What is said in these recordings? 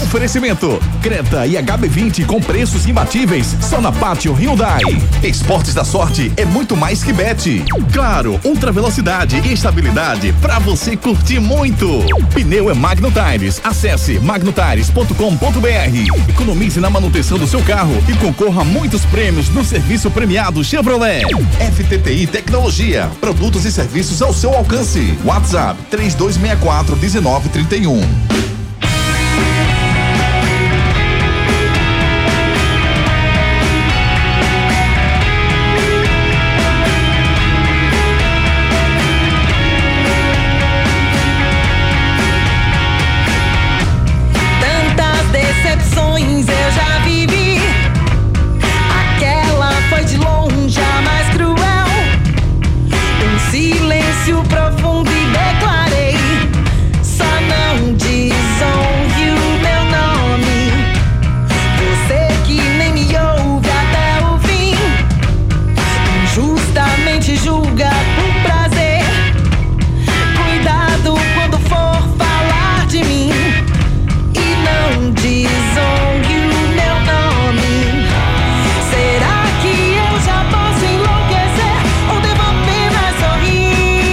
Oferecimento: Creta e HB20 com preços imbatíveis só na Pátio Hyundai. Esportes da Sorte é muito mais que bet. Claro, ultra velocidade e estabilidade pra você curtir muito. Pneu é Magno Tires. Acesse magnotires.com.br. Economize na manutenção do seu carro e concorra a muitos prêmios no serviço premiado Chevrolet. FTTI Tecnologia, produtos e serviços ao seu alcance. WhatsApp 3264-1931. Profundo e declarei, só não desonre o meu nome. Você que nem me ouve até o fim, injustamente julga por prazer. Cuidado quando for falar de mim e não desonre o meu nome. Será que eu já posso enlouquecer ou devo apenas sorrir?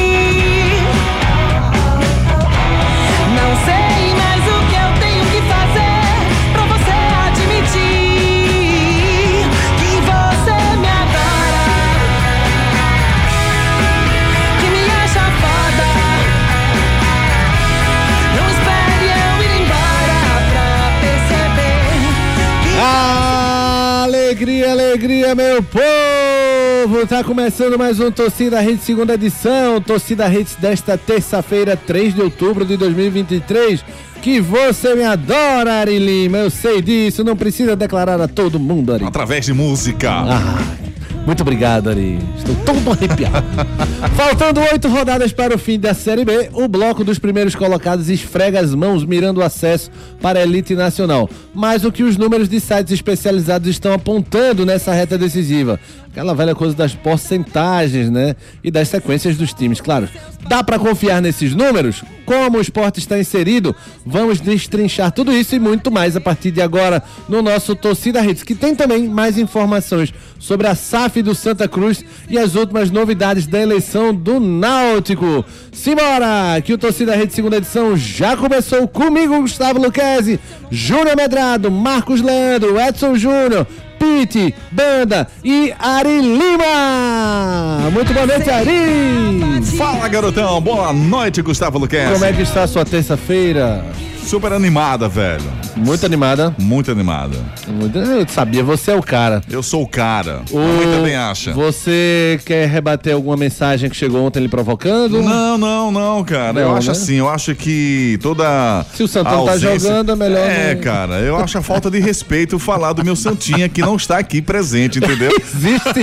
Alegria, meu povo! Tá começando mais um Torcida Hits, segunda edição. Torcida Hits desta terça-feira, 3 de outubro de 2023. Que você me adora, Ari Lima. Eu sei disso, não precisa declarar a todo mundo, Ari. Através de música. Muito obrigado, Ari. Estou todo arrepiado. Faltando 8 rodadas para o fim da Série B, o bloco dos primeiros colocados esfrega as mãos mirando o acesso para a elite nacional. Mas o que os números de sites especializados estão apontando nessa reta decisiva? Aquela velha coisa das porcentagens, né? E das sequências dos times, claro. Dá para confiar nesses números? Como o esporte está inserido? Vamos destrinchar tudo isso e muito mais a partir de agora no nosso Torcida Hits, que tem também mais informações sobre a SAF do Santa Cruz e as últimas novidades da eleição do Náutico. Simbora, que o Torcida Hits segunda edição já começou comigo, Gustavo Luquezzi, Júnior Medrado, Marcos Leandro, Edson Júnior, Pete, Banda e Ari Lima. Muito boa noite, Ari. Fala, garotão. Boa noite, Gustavo Luquezzi. Como é que está a sua terça-feira? Super animada, velho. Muito animada? Muito animada. Eu sabia, você é o cara. Eu sou o cara. A mãe também acha. Você quer rebater alguma mensagem que chegou ontem lhe provocando? Não, cara. Não, eu acho assim, eu acho que toda se o Santão ausência... tá jogando, é melhor... cara, eu acho a falta de respeito falar do meu Santinha que não está aqui presente, entendeu? Existe.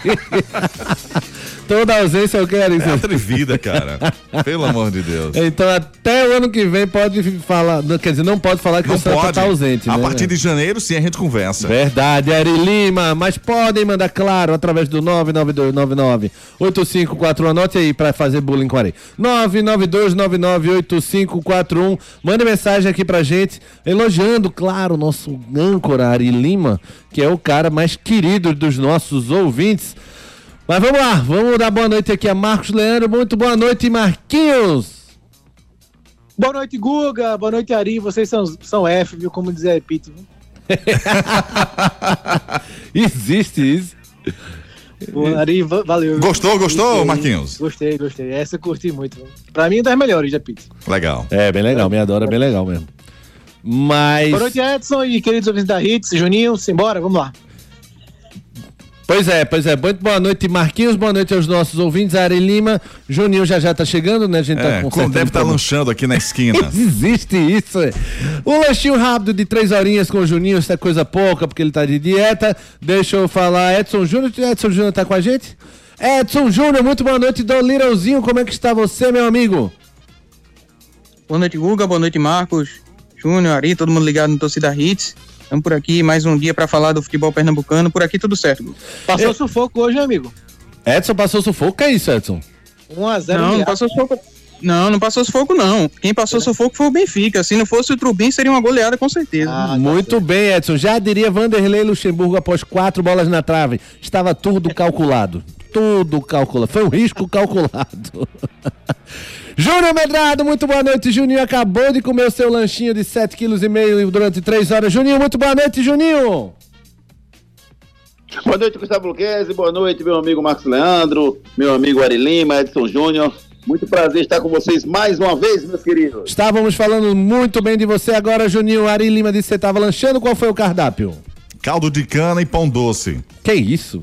Toda ausência eu quero isso. É atrevida, cara. Pelo amor de Deus. Então até o ano que vem pode falar, quer dizer, não pode falar que o Santa tá ausente, né? A partir de janeiro, sim, a gente conversa. Verdade, Ari Lima, mas podem mandar, claro, através do 992998541, anote aí pra fazer bullying com a Ari. 992998541, manda mensagem aqui pra gente, elogiando, claro, o nosso âncora Ari Lima, que é o cara mais querido dos nossos ouvintes. Mas vamos lá, vamos dar boa noite aqui a Marcos Leandro. Muito boa noite, Marquinhos. Boa noite, Guga. Boa noite, Ari. Vocês são F, viu? Como dizer Pete. Existe isso. Ari, valeu. Gostou, Marquinhos? Gostei. Essa eu curti muito. Pra mim, é das melhores, já, Pete. Legal. É, bem legal. Me adora, bem legal mesmo. Mas... Boa noite, Edson e queridos ouvintes da Hits. Juninho, simbora, vamos lá. Pois é. Muito boa noite, Marquinhos. Boa noite aos nossos ouvintes. Ari Lima. Juninho já tá chegando, né? A gente tá deve estar lanchando aqui na esquina. Existe isso. Um lanchinho rápido de 3 horinhas com o Juninho. Isso é coisa pouca, porque ele tá de dieta. Deixa eu falar. Edson Júnior tá com a gente? Edson Júnior, muito boa noite. Do Lirãozinho, como é que está você, meu amigo? Boa noite, Guga. Boa noite, Marcos, Júnior, Ari. Todo mundo ligado no Torcida Hits. Estamos por aqui, mais um dia para falar do futebol pernambucano. Por aqui tudo certo. Passou sufoco hoje, amigo? Edson passou sufoco? Que é isso, Edson? 1-0. Não passou sufoco. Não passou sufoco, não. Quem passou sufoco foi o Benfica. Se não fosse o Trubin, seria uma goleada, com certeza. Muito bem, Edson. Já diria Vanderlei Luxemburgo após 4 bolas na trave. Estava tudo calculado. Tudo calculado. Foi um risco calculado. Júnior Medrado, muito boa noite. Juninho acabou de comer o seu lanchinho de 7,5 kg durante 3 horas. Juninho, muito boa noite, Juninho. Boa noite, Gustavo Luquezzi. Boa noite, meu amigo Marcos Leandro, meu amigo Ari Lima, Edson Júnior. Muito prazer estar com vocês mais uma vez, meus queridos. Estávamos falando muito bem de você agora, Juninho. Ari Lima disse que você estava lanchando. Qual foi o cardápio? Caldo de cana e pão doce. Que isso?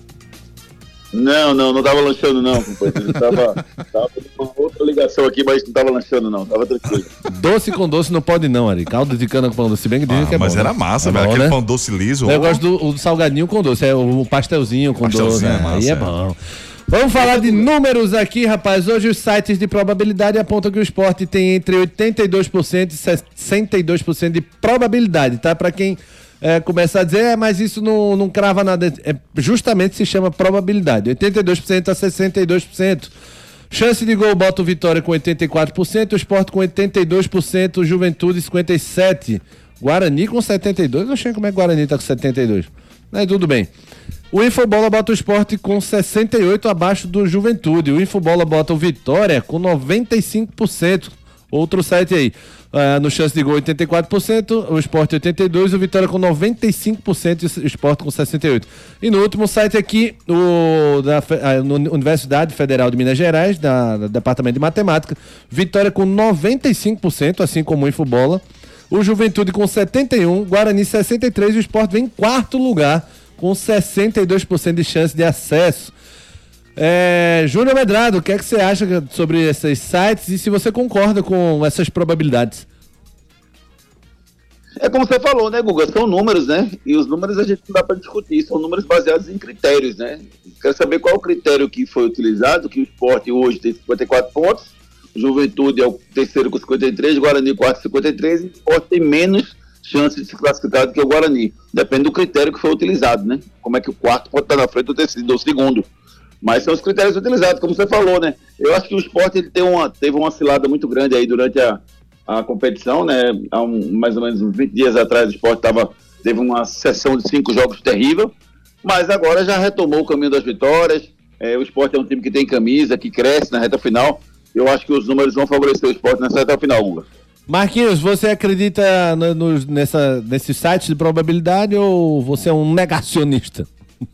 Não tava lanchando não, companheiro. Tava com outra ligação aqui, mas não tava lanchando não, tava tranquilo. Doce com doce não pode não, Ari. Caldo de cana com pão doce, bem que dizem que é bom. Mas era massa, velho. Aquele pão doce liso. Eu gosto do salgadinho com doce, é o pastelzinho com doce. É massa, aí é bom. Vamos falar de números aqui, rapaz. Hoje os sites de probabilidade apontam que o Sport tem entre 82% e 62% de probabilidade, tá? Pra quem começar a dizer, mas isso não crava nada. Justamente se chama probabilidade. 82% a 62%. Chance de gol, bota o Vitória com 84%, o Sport com 82%, o Juventude 57%. Guarani com 72%. Não sei como é que o Guarani tá com 72%. Mas tudo bem. O Infobola bota o Sport com 68%, abaixo do Juventude. O Infobola bota o Vitória com 95%. Outro site aí. No chance de gol 84%, o Sport 82%, o Vitória com 95% e o Sport com 68%. E no último site aqui, da Universidade Federal de Minas Gerais, do Departamento de Matemática, Vitória com 95%, assim como o Infobola. O Juventude com 71%, Guarani 63% e o Sport vem em quarto lugar com 62% de chance de acesso. Júnior Medrado, o que é que você acha sobre esses sites e se você concorda com essas probabilidades? É como você falou, né, Guga? São números, né? E os números a gente não dá para discutir, são números baseados em critérios, né? Quero saber qual é o critério que foi utilizado, que o Sport hoje tem 54 pontos, o Juventude é o terceiro com 53, o Guarani 4 com 53 e o Sport tem menos chance de se classificar do que o Guarani. Depende do critério que foi utilizado, né? Como é que o quarto pode estar na frente do segundo. Mas são os critérios utilizados, como você falou, né? Eu acho que o Sport ele teve uma cilada muito grande aí durante a competição, né? Há mais ou menos uns 20 dias atrás o Sport teve uma sessão de 5 jogos terrível, mas agora já retomou o caminho das vitórias. O Sport é um time que tem camisa, que cresce na reta final. Eu acho que os números vão favorecer o Sport nessa reta final, Hugo. Marquinhos, você acredita nesse site de probabilidade ou você é um negacionista?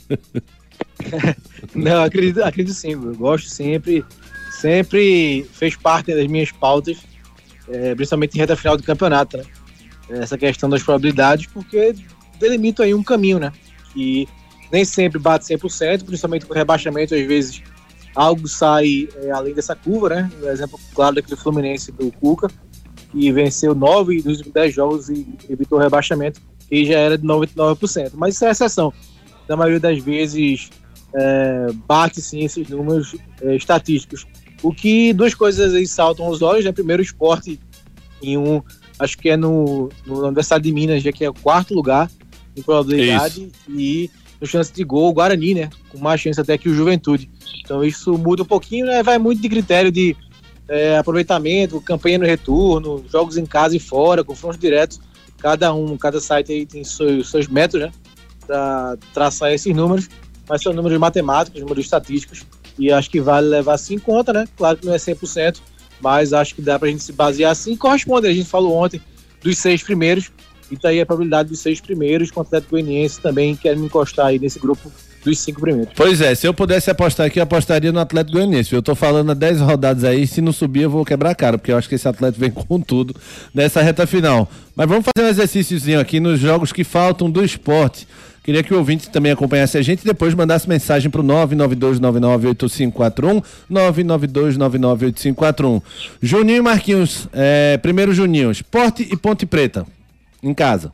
Não, acredito sim, eu gosto sempre fez parte das minhas pautas, principalmente em reta final do campeonato, né? Essa questão das probabilidades, porque delimita aí um caminho, né? Que nem sempre bate 100%, principalmente com rebaixamento, às vezes algo sai além dessa curva, né? Um exemplo claro daquele Fluminense do Cuca, que venceu 9 dos 10 jogos e evitou o rebaixamento, e já era de 99%. Mas isso é exceção. Na maioria das vezes bate sim esses números estatísticos. O que duas coisas aí saltam aos olhos, né? Primeiro, o Sport acho que é na Universidade de Minas, já que é o quarto lugar em probabilidade, e no chance de gol, o Guarani, né? Com mais chance até que o Juventude. Então isso muda um pouquinho, né? Vai muito de critério de aproveitamento, campanha no retorno, jogos em casa e fora, confrontos diretos. Cada site aí tem seus métodos, né? Para traçar esses números, mas são números matemáticos, números estatísticos, e acho que vale levar assim em conta, né? Claro que não é 100%, mas acho que dá pra gente se basear assim. Corresponde, a gente falou ontem dos 6 primeiros, e tá aí a probabilidade dos 6 primeiros, com o Atlético Goianiense também querem encostar aí nesse grupo dos 5 primeiros. Pois é, se eu pudesse apostar aqui, eu apostaria no Atlético Goianiense. Eu tô falando há 10 rodadas aí, se não subir eu vou quebrar a cara, porque eu acho que esse Atlético vem com tudo nessa reta final. Mas vamos fazer um exercíciozinho aqui nos jogos que faltam do Sport. Queria que o ouvinte também acompanhasse a gente e depois mandasse mensagem pro 992998541, 992998541. Juninho e Marquinhos, primeiro Juninho, Sport e Ponte Preta, em casa.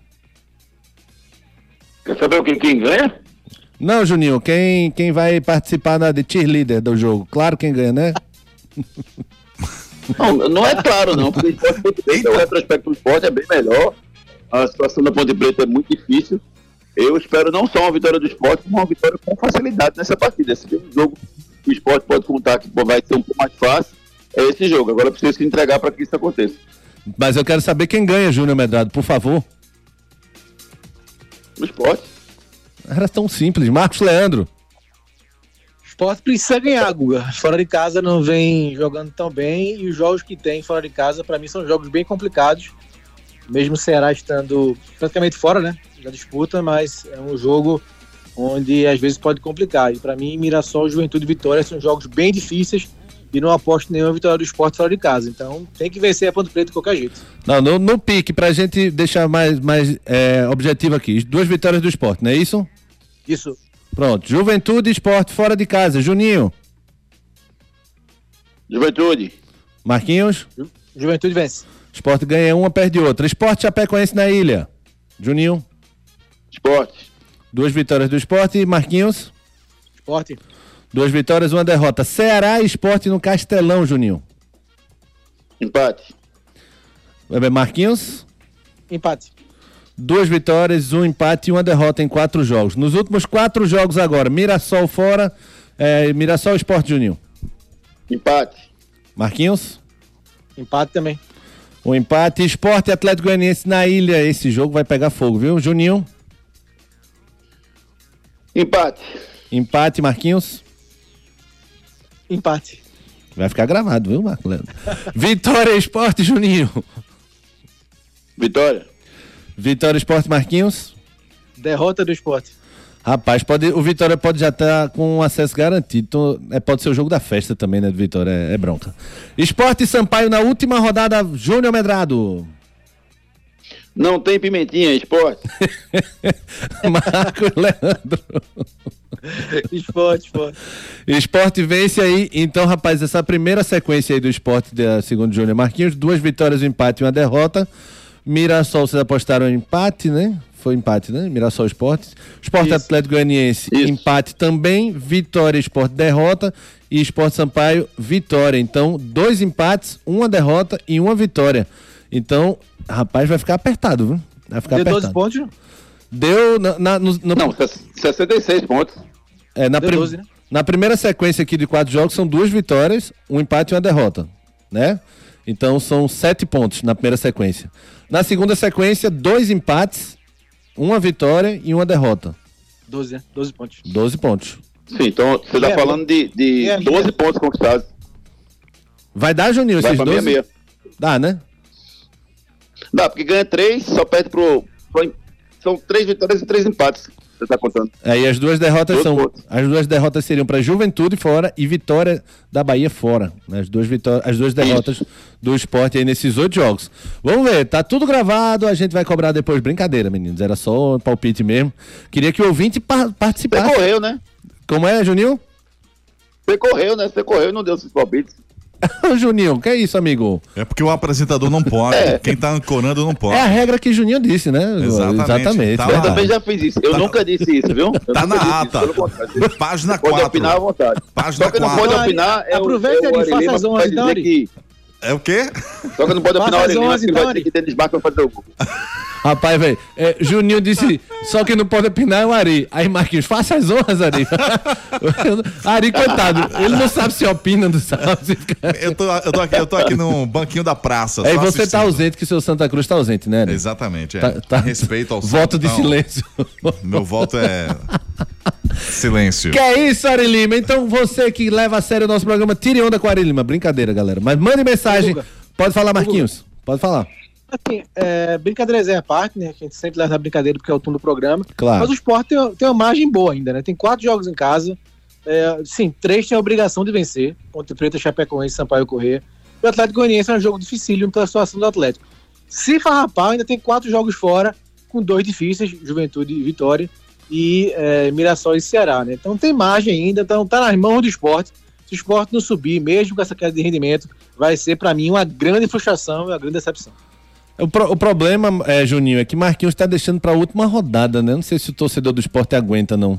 Quer saber quem ganha? Não, Juninho, quem vai participar de cheerleader do jogo? Claro quem ganha, né? Não é claro não, porque o Sport Ponte Preta, o retrospecto do Sport é bem melhor, a situação da Ponte Preta é muito difícil. Eu espero não só uma vitória do Sport, como uma vitória com facilidade nessa partida. Se tem um jogo que o Sport pode contar que vai ser um pouco mais fácil, é esse jogo. Agora precisa se entregar para que isso aconteça. Mas eu quero saber quem ganha, Júnior Medrado, por favor. No esporte. Era tão simples. Marcos Leandro. O Sport precisa ganhar, Guga. Fora de casa não vem jogando tão bem e os jogos que tem fora de casa, para mim, são jogos bem complicados. Mesmo o Ceará estando praticamente fora, né, da disputa, mas é um jogo onde às vezes pode complicar. E para mim, Mirassol, Juventude e Vitória são jogos bem difíceis e não aposto nenhuma vitória do Sport fora de casa. Então tem que vencer a Ponte Preta de qualquer jeito. Não, no pique, pra gente deixar mais objetivo aqui. 2 vitórias do Sport, não é isso? Isso. Pronto. Juventude e Sport fora de casa. Juninho. Juventude. Marquinhos. Juventude vence. Sport ganha uma, perde outra. Sport Chapecoense na ilha. Juninho. Esporte. 2 vitórias do Sport. Marquinhos. Sport. 2 vitórias, 1 derrota. Ceará e Sport no Castelão, Juninho. Empate. Marquinhos. Empate. 2 vitórias, 1 empate e 1 derrota em 4 jogos. Nos últimos 4 jogos agora, Mirassol fora, Mirassol e Sport, Juninho. Empate. Marquinhos. Empate também. 1 empate. Sport e Atlético Goianiense na ilha. Esse jogo vai pegar fogo, viu? Juninho. Empate. Empate, Marquinhos. Empate. Vai ficar gravado, viu, Marco Leandro? Vitória, Sport, Juninho. Vitória. Vitória, Sport, Marquinhos. Derrota do Sport. Rapaz, o Vitória pode já estar com acesso garantido. Então, pode ser o jogo da festa também, né, do Vitória? É bronca. Sport e Sampaio na última rodada, Júnior Medrado. Não tem pimentinha, Esporte. Marco Leandro. Esporte. Esporte vence aí. Então, rapaz, essa primeira sequência aí do Esporte, segundo o Júnior Marquinhos, 2 vitórias, 1 empate e 1 derrota. Mirassol, vocês apostaram em empate, né? Foi empate, né? Mirassol Esporte. Esporte Atlético Goianiense, empate também. Vitória, Esporte, derrota. E Esporte Sampaio, vitória. Então, 2 empates, 1 derrota e 1 vitória. Então, rapaz, vai ficar apertado, viu? Vai ficar Deu apertado. 12 pontos, não? Deu Não, 66 pontos. Deu 12, né? Na primeira sequência aqui de 4 jogos são 2 vitórias, 1 empate e 1 derrota, né? Então são 7 pontos na primeira sequência. Na segunda sequência, 2 empates, 1 vitória e 1 derrota. 12, né? 12 pontos. 12 pontos. Sim, então você tá falando de 12 pontos conquistados. Vai dar, Juninho, Vai esses pra 12? meia. Dá, né? Dá, porque ganha 3, só perde são 3 vitórias e 3 empates. Você tá contando. E as 2 derrotas Todos as 2 derrotas seriam para Juventude fora e Vitória da Bahia fora, né? As 2 derrotas do Sport aí nesses 8 jogos. Vamos ver, tá tudo gravado, a gente vai cobrar depois. Brincadeira, meninos, era só um palpite mesmo. Queria que o ouvinte participasse. Você correu, né? Como é, Juninho? Você correu e não deu esses palpites. Juninho, que é isso, amigo? É porque o apresentador não pode. Quem tá ancorando não pode. É a regra que Juninho disse, né? Exatamente. Tá Eu lá. também já fiz isso. Eu nunca disse isso, viu? Tá na ata. Página 4. Pode opinar à vontade. Página Só que não 4. pode opinar. Aproveita ali, faça as 11, então, Ari. É o quê? Só que não pode opinar o Ari Lima, que então, vai ter que ter desmarque pra fazer o gol. Rapaz, velho, Juninho disse, só que não pode opinar é o Ari. Aí Marquinhos, faça as honras, Ari. Ari, coitado, ele não sabe se opina, não sabe se fica... Eu tô aqui no banquinho da praça. Aí só você assistindo. tá ausente, que o seu Santa Cruz tá ausente, né, Ari? Exatamente, Tá. Respeito ao voto de então, silêncio. Meu voto é silêncio. Que é isso, Ari Lima? Então você que leva a sério o nosso programa, tire onda com o Ari Lima. Brincadeira, galera. Mas mande mensagem. Pode falar, Marquinhos. Pode falar. Assim, brincadeiras à parte, né? A gente sempre leva a brincadeira porque é o tom do programa. Claro. Mas o Sport tem uma margem boa ainda, né? Tem 4 jogos em casa. Sim, 3 tem a obrigação de vencer. Ponte Preta, Chapecoense, Sampaio Corrêa. O Atlético Goianiense é um jogo dificílimo pela situação do Atlético. Se farrapar, ainda tem 4 jogos fora, com 2 difíceis, Juventude e Vitória, e Mirassol e Ceará, né? Então tem margem ainda, então tá nas mãos do Sport. Se o Sport não subir, mesmo com essa queda de rendimento, vai ser pra mim uma grande frustração e uma grande decepção. O problema, Juninho, é que Marquinhos tá deixando pra última rodada, né? Não sei se o torcedor do Sport aguenta, não.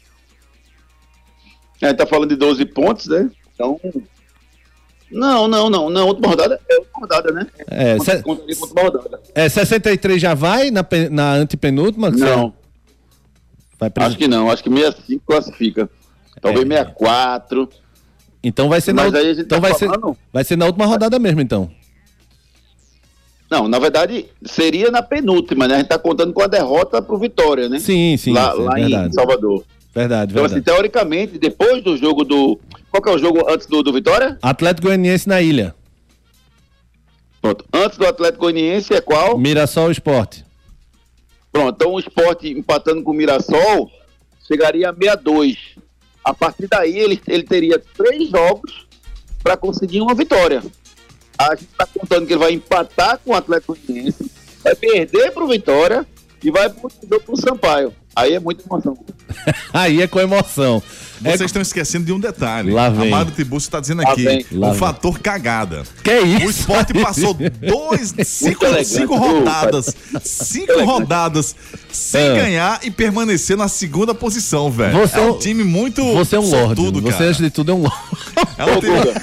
Tá falando de 12 pontos, né? Então... Não. Última rodada é última rodada, né? Última rodada. 63 já vai na antepenúltima? Não. Vai acho que não. Acho que 65 classifica. Talvez 64. Então vai ser Mas aí a gente então tá vai falando- ser na última rodada mesmo, então. Não, na verdade, seria na penúltima, né? A gente tá contando com a derrota pro Vitória, né? Sim, lá em verdade. Salvador. Verdade, Então, verdade. assim, teoricamente, depois do jogo do... Qual que é o jogo antes do Vitória? Atlético Goianiense na ilha. Pronto. Antes do Atlético Goianiense é qual? Mirassol Sport. Pronto. Então, o Sport empatando com o Mirassol chegaria a 62. A partir daí, ele teria 3 jogos para conseguir uma vitória. A gente está contando que ele vai empatar com o Atlético Goianiense, vai perder pro Vitória e vai pro Sampaio. Aí é muita emoção. Aí é com emoção. Vocês estão esquecendo de um detalhe. Lá vem. Amado Tiburcio está dizendo Lá aqui, vem. Lá o vem. fator cagada. Que isso? O Sport passou cinco elegante. rodadas, Elegante. sem ganhar e permanecer na segunda posição, velho. Você É é um um- time muito Você é um lorde. sortudo, Você, cara. antes de tudo, é um lorde. É um Ô, time... Guga,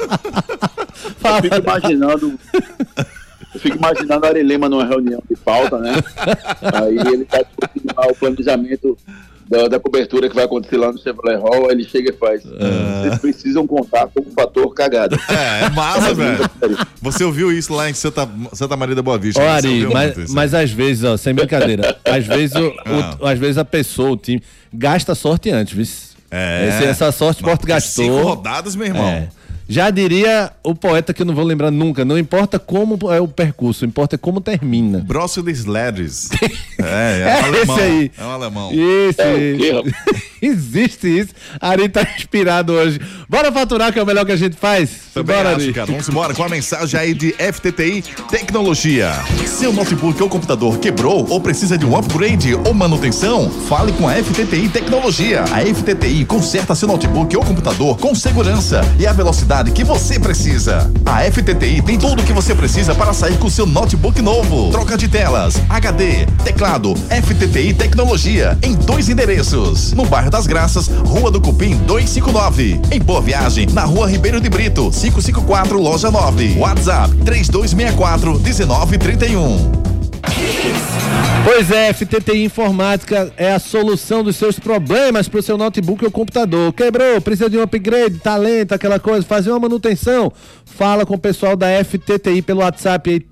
eu fico imaginando a Arelema numa reunião de pauta, né? Aí ele tá discutindo lá o planejamento da cobertura que vai acontecer lá no Chevrolet Hall, aí ele chega e faz. Vocês precisam contar com o fator cagada. É massa, velho. Você ouviu isso lá em Santa Maria da Boa Vista? Ó, Você Ari, ouviu muito isso? mas às vezes, ó, sem brincadeira, às vezes, às vezes a pessoa, o time, gasta sorte antes, viu? Essa sorte o Sport gastou. 5 rodadas, meu irmão. É. Já diria o poeta que eu não vou lembrar nunca, não importa como é o percurso, importa como termina. Brussels Ladders. É um alemão. Esse aí. É um alemão. Isso, É o quê, isso. rapaz? Existe isso. Ari tá inspirado hoje. Bora faturar, que é o melhor que a gente faz? Também Bora, acho, Ari. cara. Vamos embora com a mensagem aí de FTTI Tecnologia. Seu notebook ou computador quebrou ou precisa de um upgrade ou manutenção? Fale com a FTTI Tecnologia. A FTTI conserta seu notebook ou computador com segurança e a velocidade que você precisa. A FTTI tem tudo o que você precisa para sair com seu notebook novo. Troca de telas, HD, teclado, FTTI Tecnologia em 2 endereços. No bairro das Graças, Rua do Cupim 259. Em Boa Viagem, na Rua Ribeiro de Brito, 554, Loja 9. WhatsApp 3264-1931. Pois é, FTTI Informática é a solução dos seus problemas para o seu notebook ou computador. Quebrou, precisa de um upgrade, talento, aquela coisa, fazer uma manutenção. Fala com o pessoal da FTTI pelo WhatsApp aí,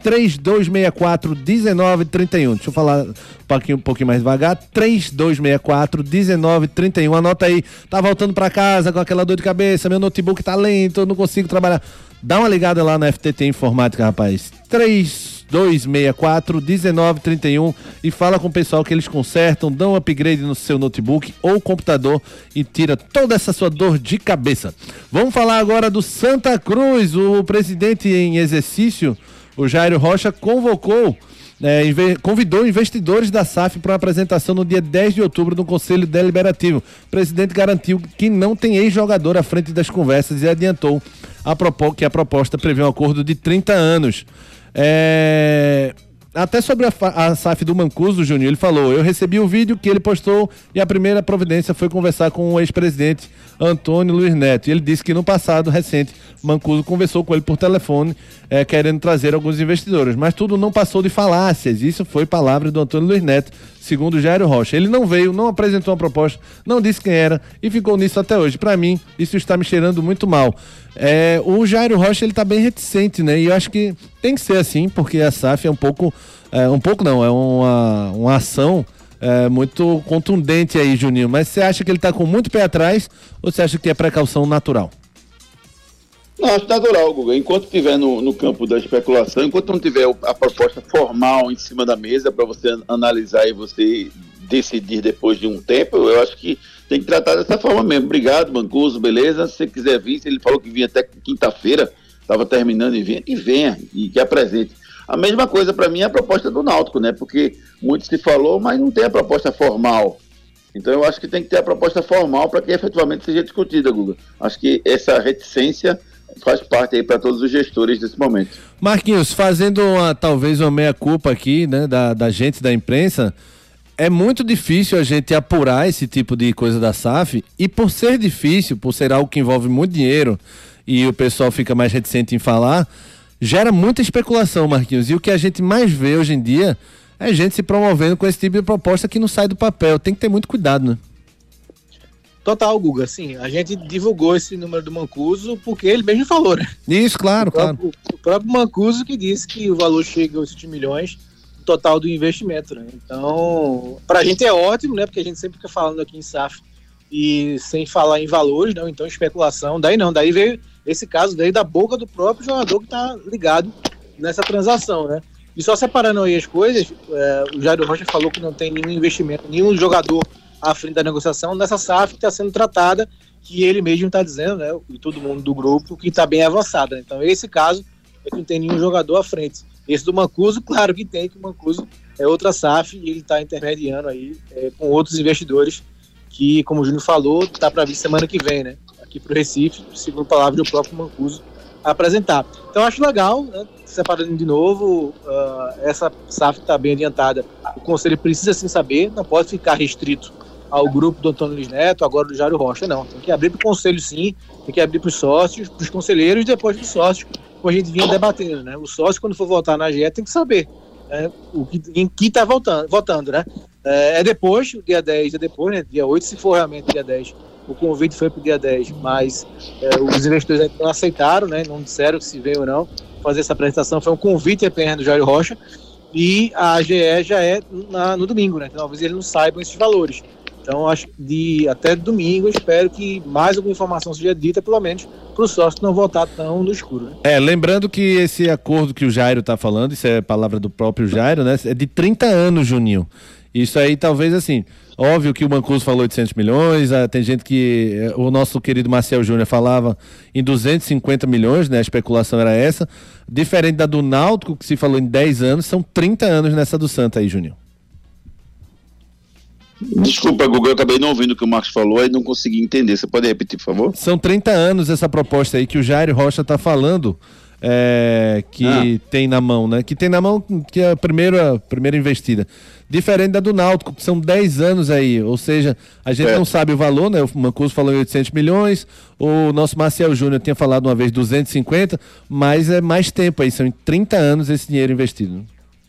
3264-1931. Deixa eu falar um pouquinho mais devagar, 3264-1931. Anota aí, tá voltando para casa com aquela dor de cabeça, meu notebook tá lento, eu não consigo trabalhar. Dá uma ligada lá na FTTI Informática, rapaz. 3264-1931 e fala com o pessoal que eles consertam, dão um upgrade no seu notebook ou computador e tira toda essa sua dor de cabeça. Vamos falar agora do Santa Cruz. O presidente em exercício, o Jairo Rocha, convidou investidores da SAF para uma apresentação no dia 10 de outubro no Conselho Deliberativo. O presidente garantiu que não tem ex-jogador à frente das conversas e adiantou que a proposta prevê um acordo de 30 anos. Até sobre a SAF do Mancuso, Júnior, ele falou: eu recebi o vídeo que ele postou e a primeira providência foi conversar com o ex-presidente Antônio Luiz Neto. E ele disse que no passado recente, Mancuso conversou com ele por telefone, querendo trazer alguns investidores. Mas tudo não passou de falácias. Isso foi palavra do Antônio Luiz Neto, segundo o Jairo Rocha. Ele não veio, não apresentou uma proposta, não disse quem era e ficou nisso até hoje. Para mim, isso está me cheirando muito mal. O Jairo Rocha, ele tá bem reticente, né? E eu acho que tem que ser assim, porque a SAF é uma ação muito contundente aí, Juninho. Mas você acha que ele tá com muito pé atrás ou você acha que é precaução natural? Não, acho natural, Guga. Enquanto estiver no campo da especulação, enquanto não tiver a proposta formal em cima da mesa para você analisar e você decidir depois de um tempo, eu acho que tem que tratar dessa forma mesmo. Obrigado, Mancuso, beleza? Se você quiser vir, se ele falou que vinha até quinta-feira, estava terminando e venha e que apresente. A mesma coisa para mim é a proposta do Náutico, né? Porque muito se falou, mas não tem a proposta formal. Então eu acho que tem que ter a proposta formal para que efetivamente seja discutida, Guga. Acho que essa reticência faz parte aí para todos os gestores desse momento. Marquinhos, fazendo talvez uma meia-culpa aqui, né, da gente, da imprensa, é muito difícil a gente apurar esse tipo de coisa da SAF, e por ser difícil, por ser algo que envolve muito dinheiro e o pessoal fica mais reticente em falar, gera muita especulação, Marquinhos, e o que a gente mais vê hoje em dia é gente se promovendo com esse tipo de proposta que não sai do papel. Tem que ter muito cuidado, né? Total, Guga, sim, a gente divulgou esse número do Mancuso porque ele mesmo falou, né? Isso, claro, claro. O próprio Mancuso que disse que o valor chega aos 7 milhões no total do investimento, né? Então, pra gente é ótimo, né? Porque a gente sempre fica falando aqui em SAF e sem falar em valores, não, então especulação, daí veio esse caso daí da boca do próprio jogador que tá ligado nessa transação, né? E só separando aí as coisas, o Jairo Rocha falou que não tem nenhum investimento, nenhum jogador à frente da negociação nessa SAF que está sendo tratada, que ele mesmo está dizendo, né, e todo mundo do grupo, que está bem avançada. Né? Então, esse caso é que não tem nenhum jogador à frente. Esse do Mancuso, claro que tem, que o Mancuso é outra SAF e ele está intermediando aí com outros investidores que, como o Júnior falou, está para vir semana que vem, né, aqui para o Recife, segundo palavras do próprio Mancuso, apresentar. Então, acho legal, né, separando de novo, essa SAF está bem adiantada. O Conselho precisa sim saber, não pode ficar restrito ao grupo do Antônio Luiz Neto, agora do Jairo Rocha, não. Tem que abrir para o Conselho sim, tem que abrir para os sócios, para os conselheiros e depois para os sócios, como a gente vinha debatendo, né? O sócio, quando for votar na AGE, tem que saber em que está votando, né? Depois, o dia 10 é depois, né? Dia 8, se for realmente dia 10. O convite foi para o dia 10, mas os investidores ainda não aceitaram, né? Não disseram se veio ou não fazer essa apresentação. Foi um convite apenas do Jairo Rocha e a AGE já é no domingo, né? Então, talvez eles não saibam esses valores. Então, acho que até domingo, eu espero que mais alguma informação seja dita, pelo menos, para o sócio não voltar tão no escuro. Né? Lembrando que esse acordo que o Jairo está falando, isso é palavra do próprio Jairo, né? É de 30 anos, Juninho. Isso aí, talvez, assim, óbvio que o Mancuso falou 800 milhões, tem gente que, o nosso querido Marcel Júnior falava em 250 milhões, né? A especulação era essa. Diferente da do Náutico, que se falou em 10 anos, são 30 anos nessa do Santa aí, Juninho. Desculpa, Guga, eu acabei não ouvindo o que o Marcos falou e não consegui entender. Você pode repetir, por favor? São 30 anos essa proposta aí que o Jairo Rocha está falando, tem na mão, né? Que tem na mão, que é a primeira investida. Diferente da do Náutico, que são 10 anos aí, ou seja, a gente não sabe o valor, né? O Mancuso falou em 800 milhões, o nosso Marcel Júnior tinha falado uma vez 250, mas é mais tempo aí, são em 30 anos esse dinheiro investido.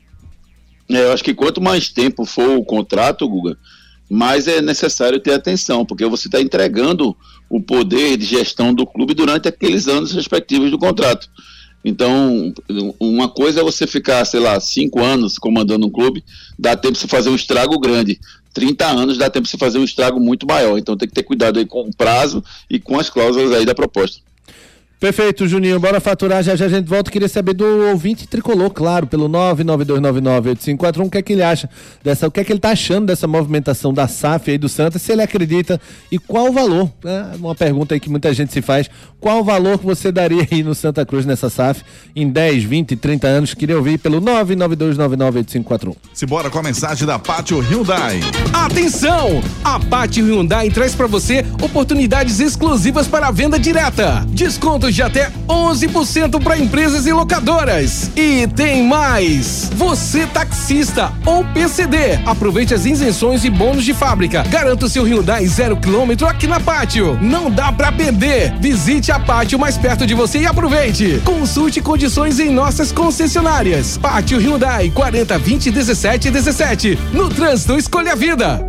Eu acho que quanto mais tempo for o contrato, Guga, mais é necessário ter atenção, porque você está entregando o poder de gestão do clube durante aqueles anos respectivos do contrato. Então, uma coisa é você ficar, 5 anos comandando um clube, dá tempo de você fazer um estrago grande. 30 anos dá tempo de você fazer um estrago muito maior. Então tem que ter cuidado aí com o prazo e com as cláusulas aí da proposta. Perfeito, Juninho, bora faturar, já a gente volta. Queria saber do ouvinte tricolor, claro, pelo 992998541, o que é que ele acha o que é que ele tá achando dessa movimentação da SAF aí do Santa, se ele acredita e qual o valor, né? Uma pergunta aí que muita gente se faz, qual o valor que você daria aí no Santa Cruz nessa SAF em 10, 20, 30 anos? Queria ouvir pelo 992998541. Simbora com a mensagem da Pátio Hyundai. Atenção! A Pátio Hyundai traz para você oportunidades exclusivas para a venda direta. Descontos de até 11% para empresas e locadoras. E tem mais! Você taxista ou PCD, aproveite as isenções e bônus de fábrica. Garanta o seu Hyundai 0 km aqui na Pátio. Não dá para perder. Visite a Pátio mais perto de você e aproveite. Consulte condições em nossas concessionárias. Pátio Hyundai 4020 1717. No trânsito, escolha a vida.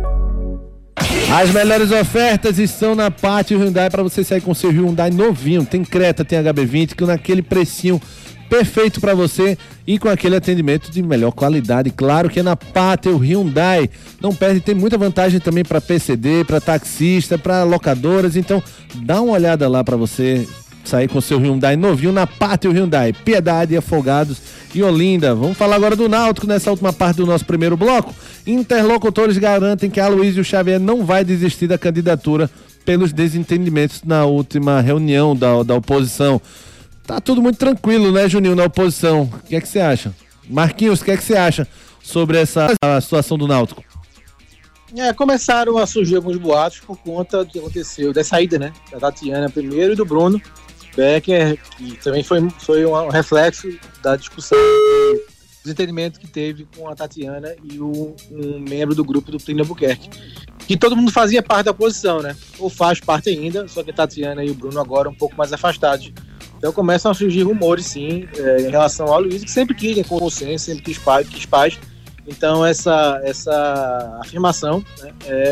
As melhores ofertas estão na Pátio Hyundai para você sair com seu Hyundai novinho. Tem Creta, tem HB20, que naquele precinho perfeito para você e com aquele atendimento de melhor qualidade. Claro que é na Pátio Hyundai. Não perde, tem muita vantagem também para PCD, para taxista, para locadoras. Então, dá uma olhada lá para você sair com seu Hyundai novinho na Pátio Hyundai. Piedade, Afogados e Olinda. Vamos falar agora do Náutico nessa última parte do nosso primeiro bloco. Interlocutores garantem que Aloysio Xavier não vai desistir da candidatura pelos desentendimentos na última reunião da oposição. Tá tudo muito tranquilo, né, Juninho, na oposição. O que é que você acha? Marquinhos, o que é que você acha sobre essa situação do Náutico? Começaram a surgir alguns boatos por conta do que aconteceu, da saída, né, da Tatiana primeiro e do Bruno Becker, que também foi um reflexo da discussão, do desentendimento que teve com a Tatiana e um membro do grupo do Plínio Albuquerque, que todo mundo fazia parte da oposição, né, ou faz parte ainda, só que a Tatiana e o Bruno agora um pouco mais afastados. Então começam a surgir rumores, sim, em relação ao Luiz, que sempre quis, né, consenso, sempre quis paz. Então essa afirmação, né,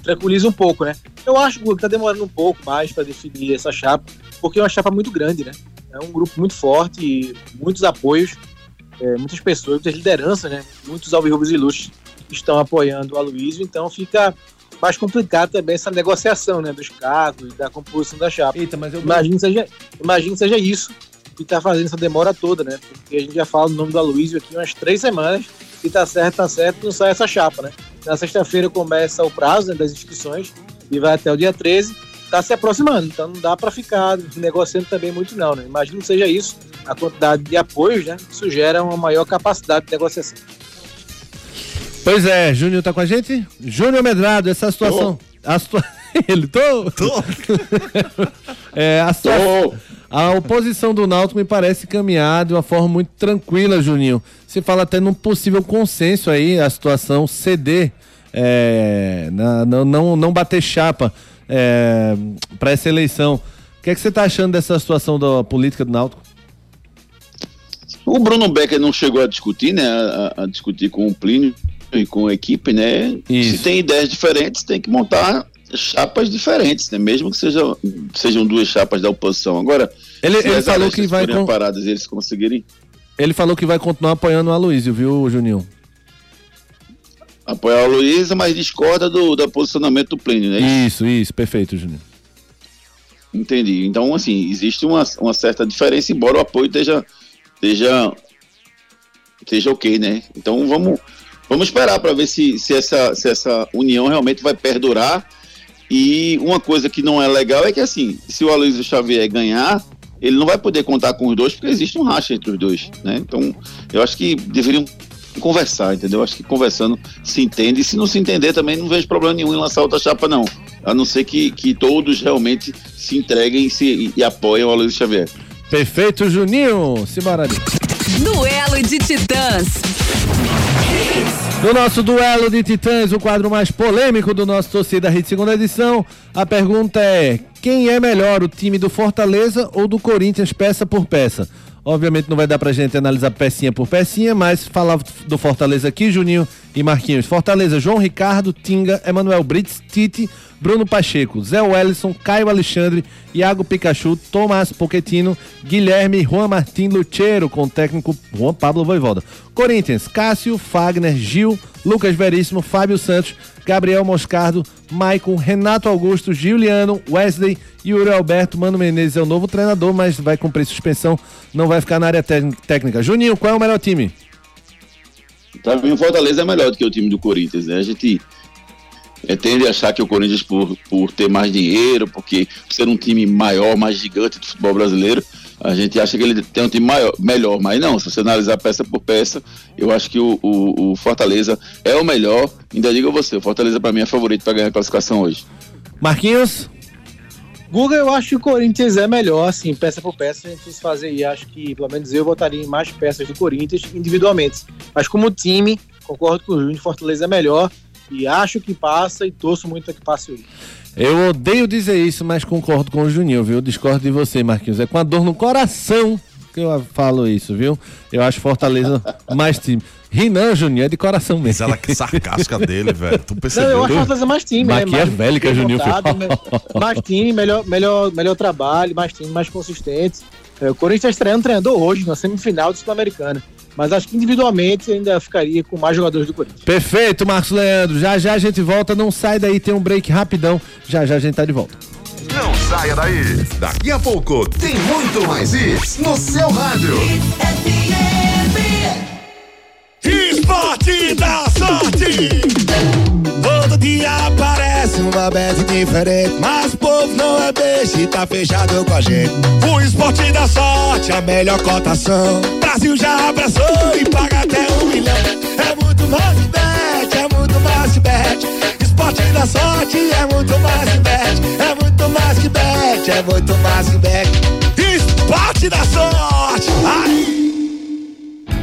tranquiliza um pouco, né? Eu acho que tá demorando um pouco mais para definir essa chapa, porque é uma chapa muito grande, né? É um grupo muito forte, e muitos apoios, muitas pessoas, muitas lideranças, né? Muitos alvirrubros ilustres estão apoiando o Aloysio, então fica mais complicado também essa negociação, né? Dos cargos e da composição da chapa. Eita, mas eu... Imagino que seja isso que tá fazendo essa demora toda, né? Porque a gente já fala o nome do Aloysio aqui umas 3 semanas, e tá certo, não sai essa chapa, né? Na sexta-feira começa o prazo, né, das inscrições e vai até o dia 13, tá se aproximando, então não dá para ficar negociando também muito não, né? Imagino que seja isso, a quantidade de apoios, né? Isso gera uma maior capacidade de negociação. Pois é, Júnior tá com a gente? Júnior Medrado, essa situação... Ele tô? A oposição do Náutico me parece caminhar de uma forma muito tranquila, Juninho. Se fala até num possível consenso aí, a situação ceder, não bater chapa para essa eleição. O que é que você tá achando dessa situação da política do Náutico? O Bruno Becker não chegou a discutir, né? A discutir com o Plínio e com a equipe, né? Isso. Se tem ideias diferentes, tem que montar chapas diferentes, né? Mesmo que sejam 2 chapas da oposição. Agora, ele falou que vai paradas e eles conseguirem. Ele falou que vai continuar apoiando o Aloysio, viu, Juninho? Apoiar o Aloysio, mas discorda do posicionamento do Plínio, né? Isso, perfeito, Juninho. Entendi. Então, assim, existe uma certa diferença, embora o apoio esteja ok, né? Então vamos esperar para ver se essa união realmente vai perdurar. E uma coisa que não é legal é que, assim, se o Aloysio Xavier ganhar, ele não vai poder contar com os dois, porque existe um racha entre os dois, né? Então, eu acho que deveriam conversar, entendeu? Acho que conversando se entende, e se não se entender também não vejo problema nenhum em lançar outra chapa, não. A não ser que todos realmente se entreguem e apoiem o Aloysio Xavier. Perfeito, Juninho. Simbora ali. Duelo de Titãs. No nosso Duelo de Titãs, o quadro mais polêmico do nosso Torcida Hits segunda edição, a pergunta é: quem é melhor, o time do Fortaleza ou do Corinthians, peça por peça? Obviamente não vai dar pra gente analisar pecinha por pecinha, mas falar do Fortaleza aqui, Juninho e Marquinhos. Fortaleza, João Ricardo, Tinga, Emanuel Brits, Tite, Bruno Pacheco, Zé Wellison, Caio Alexandre, Iago Pikachu, Tomás Pochettino, Guilherme, Juan Martín Lucheiro, com o técnico Juan Pablo Voivoda. Corinthians, Cássio, Fagner, Gil, Lucas Veríssimo, Fábio Santos, Gabriel Moscardo, Maicon, Renato Augusto, Giuliano, Wesley, Yuri Alberto. Mano Menezes é o novo treinador, mas vai cumprir suspensão, não vai ficar na área técnica. Juninho, qual é o melhor time? Pra mim, o Fortaleza é melhor do que o time do Corinthians, né? A gente tende a achar que o Corinthians, por ter mais dinheiro, por ser um time maior, mais gigante do futebol brasileiro, a gente acha que ele tem um time melhor, mas não, se você analisar peça por peça, eu acho que o Fortaleza é o melhor. Ainda digo a você, o Fortaleza para mim é favorito para ganhar a classificação hoje. Marquinhos? Guga, eu acho que o Corinthians é melhor, assim, peça por peça, a gente precisa fazer, e acho que, pelo menos eu votaria em mais peças do Corinthians individualmente, mas como time, concordo com o Júnior, Fortaleza é melhor, e acho que passa, e torço muito a que passe hoje. Eu odeio dizer isso, mas concordo com o Juninho, viu? Eu discordo de você, Marquinhos. É com a dor no coração que eu falo isso, viu? Eu acho Fortaleza mais time. Ri não, Juninho, é de coração mesmo. Mas ela que sarcástica dele, velho. Tu percebeu? Não, eu acho Fortaleza mais time, Maquiavélica, Juninho. Mais time, melhor trabalho, mais time, mais consistente. O Corinthians está estreando um treinador hoje, na semifinal do Sul-Americana. Mas acho que individualmente ainda ficaria com mais jogadores do Corinthians. Perfeito, Marcos Leandro. Já a gente volta, não sai daí, tem um break rapidão. Já a gente tá de volta. Não saia daí. Daqui a pouco tem muito mais isso no seu rádio. Esporte da Sorte. Todo dia aparece uma bet diferente, mas o povo não é beijo e tá fechado com a gente. O Esporte da Sorte, a melhor cotação. Brasil já abraçou e paga até 1 milhão. É muito mais que bet, é muito mais que bet. Esporte da Sorte é muito mais que bet. É muito mais que bet, é muito mais que bet. Esporte da Sorte. Ai.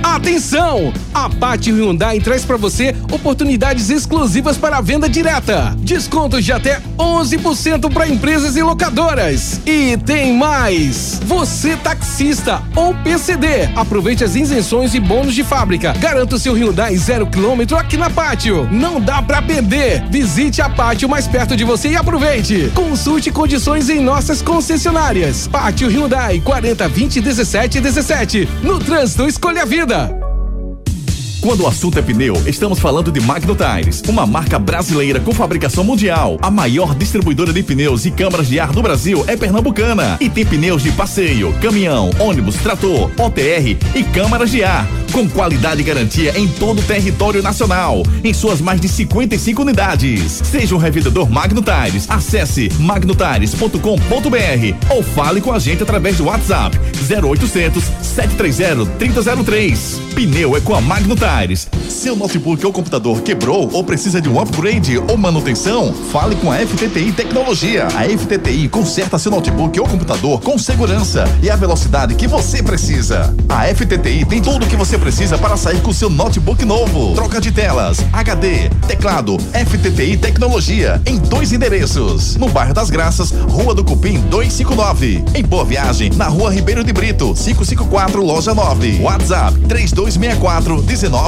Atenção! A Pátio Hyundai traz para você oportunidades exclusivas para a venda direta. Descontos de até 11% para empresas e locadoras. E tem mais! Você taxista ou PCD, aproveite as isenções e bônus de fábrica. Garanta o seu Hyundai 0 km aqui na Pátio. Não dá para perder. Visite a Pátio mais perto de você e aproveite. Consulte condições em nossas concessionárias. Pátio Hyundai 4020 17 17. No trânsito, escolha a vida. Quando o assunto é pneu, estamos falando de Magno Tires, uma marca brasileira com fabricação mundial. A maior distribuidora de pneus e câmaras de ar do Brasil é pernambucana e tem pneus de passeio, caminhão, ônibus, trator, OTR e câmaras de ar, com qualidade e garantia em todo o território nacional, em suas mais de 55 unidades. Seja um revendedor Magno Tires, acesse magnotires.com.br ou fale com a gente através do WhatsApp 0800 730 3003. Pneu é com a Magno Tires. Seu notebook ou computador quebrou ou precisa de um upgrade ou manutenção? Fale com a FTTI Tecnologia. A FTTI conserta seu notebook ou computador com segurança e a velocidade que você precisa. A FTTI tem tudo o que você precisa para sair com seu notebook novo. Troca de telas, HD, teclado, FTTI Tecnologia em 2 endereços. No bairro das Graças, Rua do Cupim 259. Em Boa Viagem, na Rua Ribeiro de Brito, 554, Loja 9. WhatsApp 3264 1931.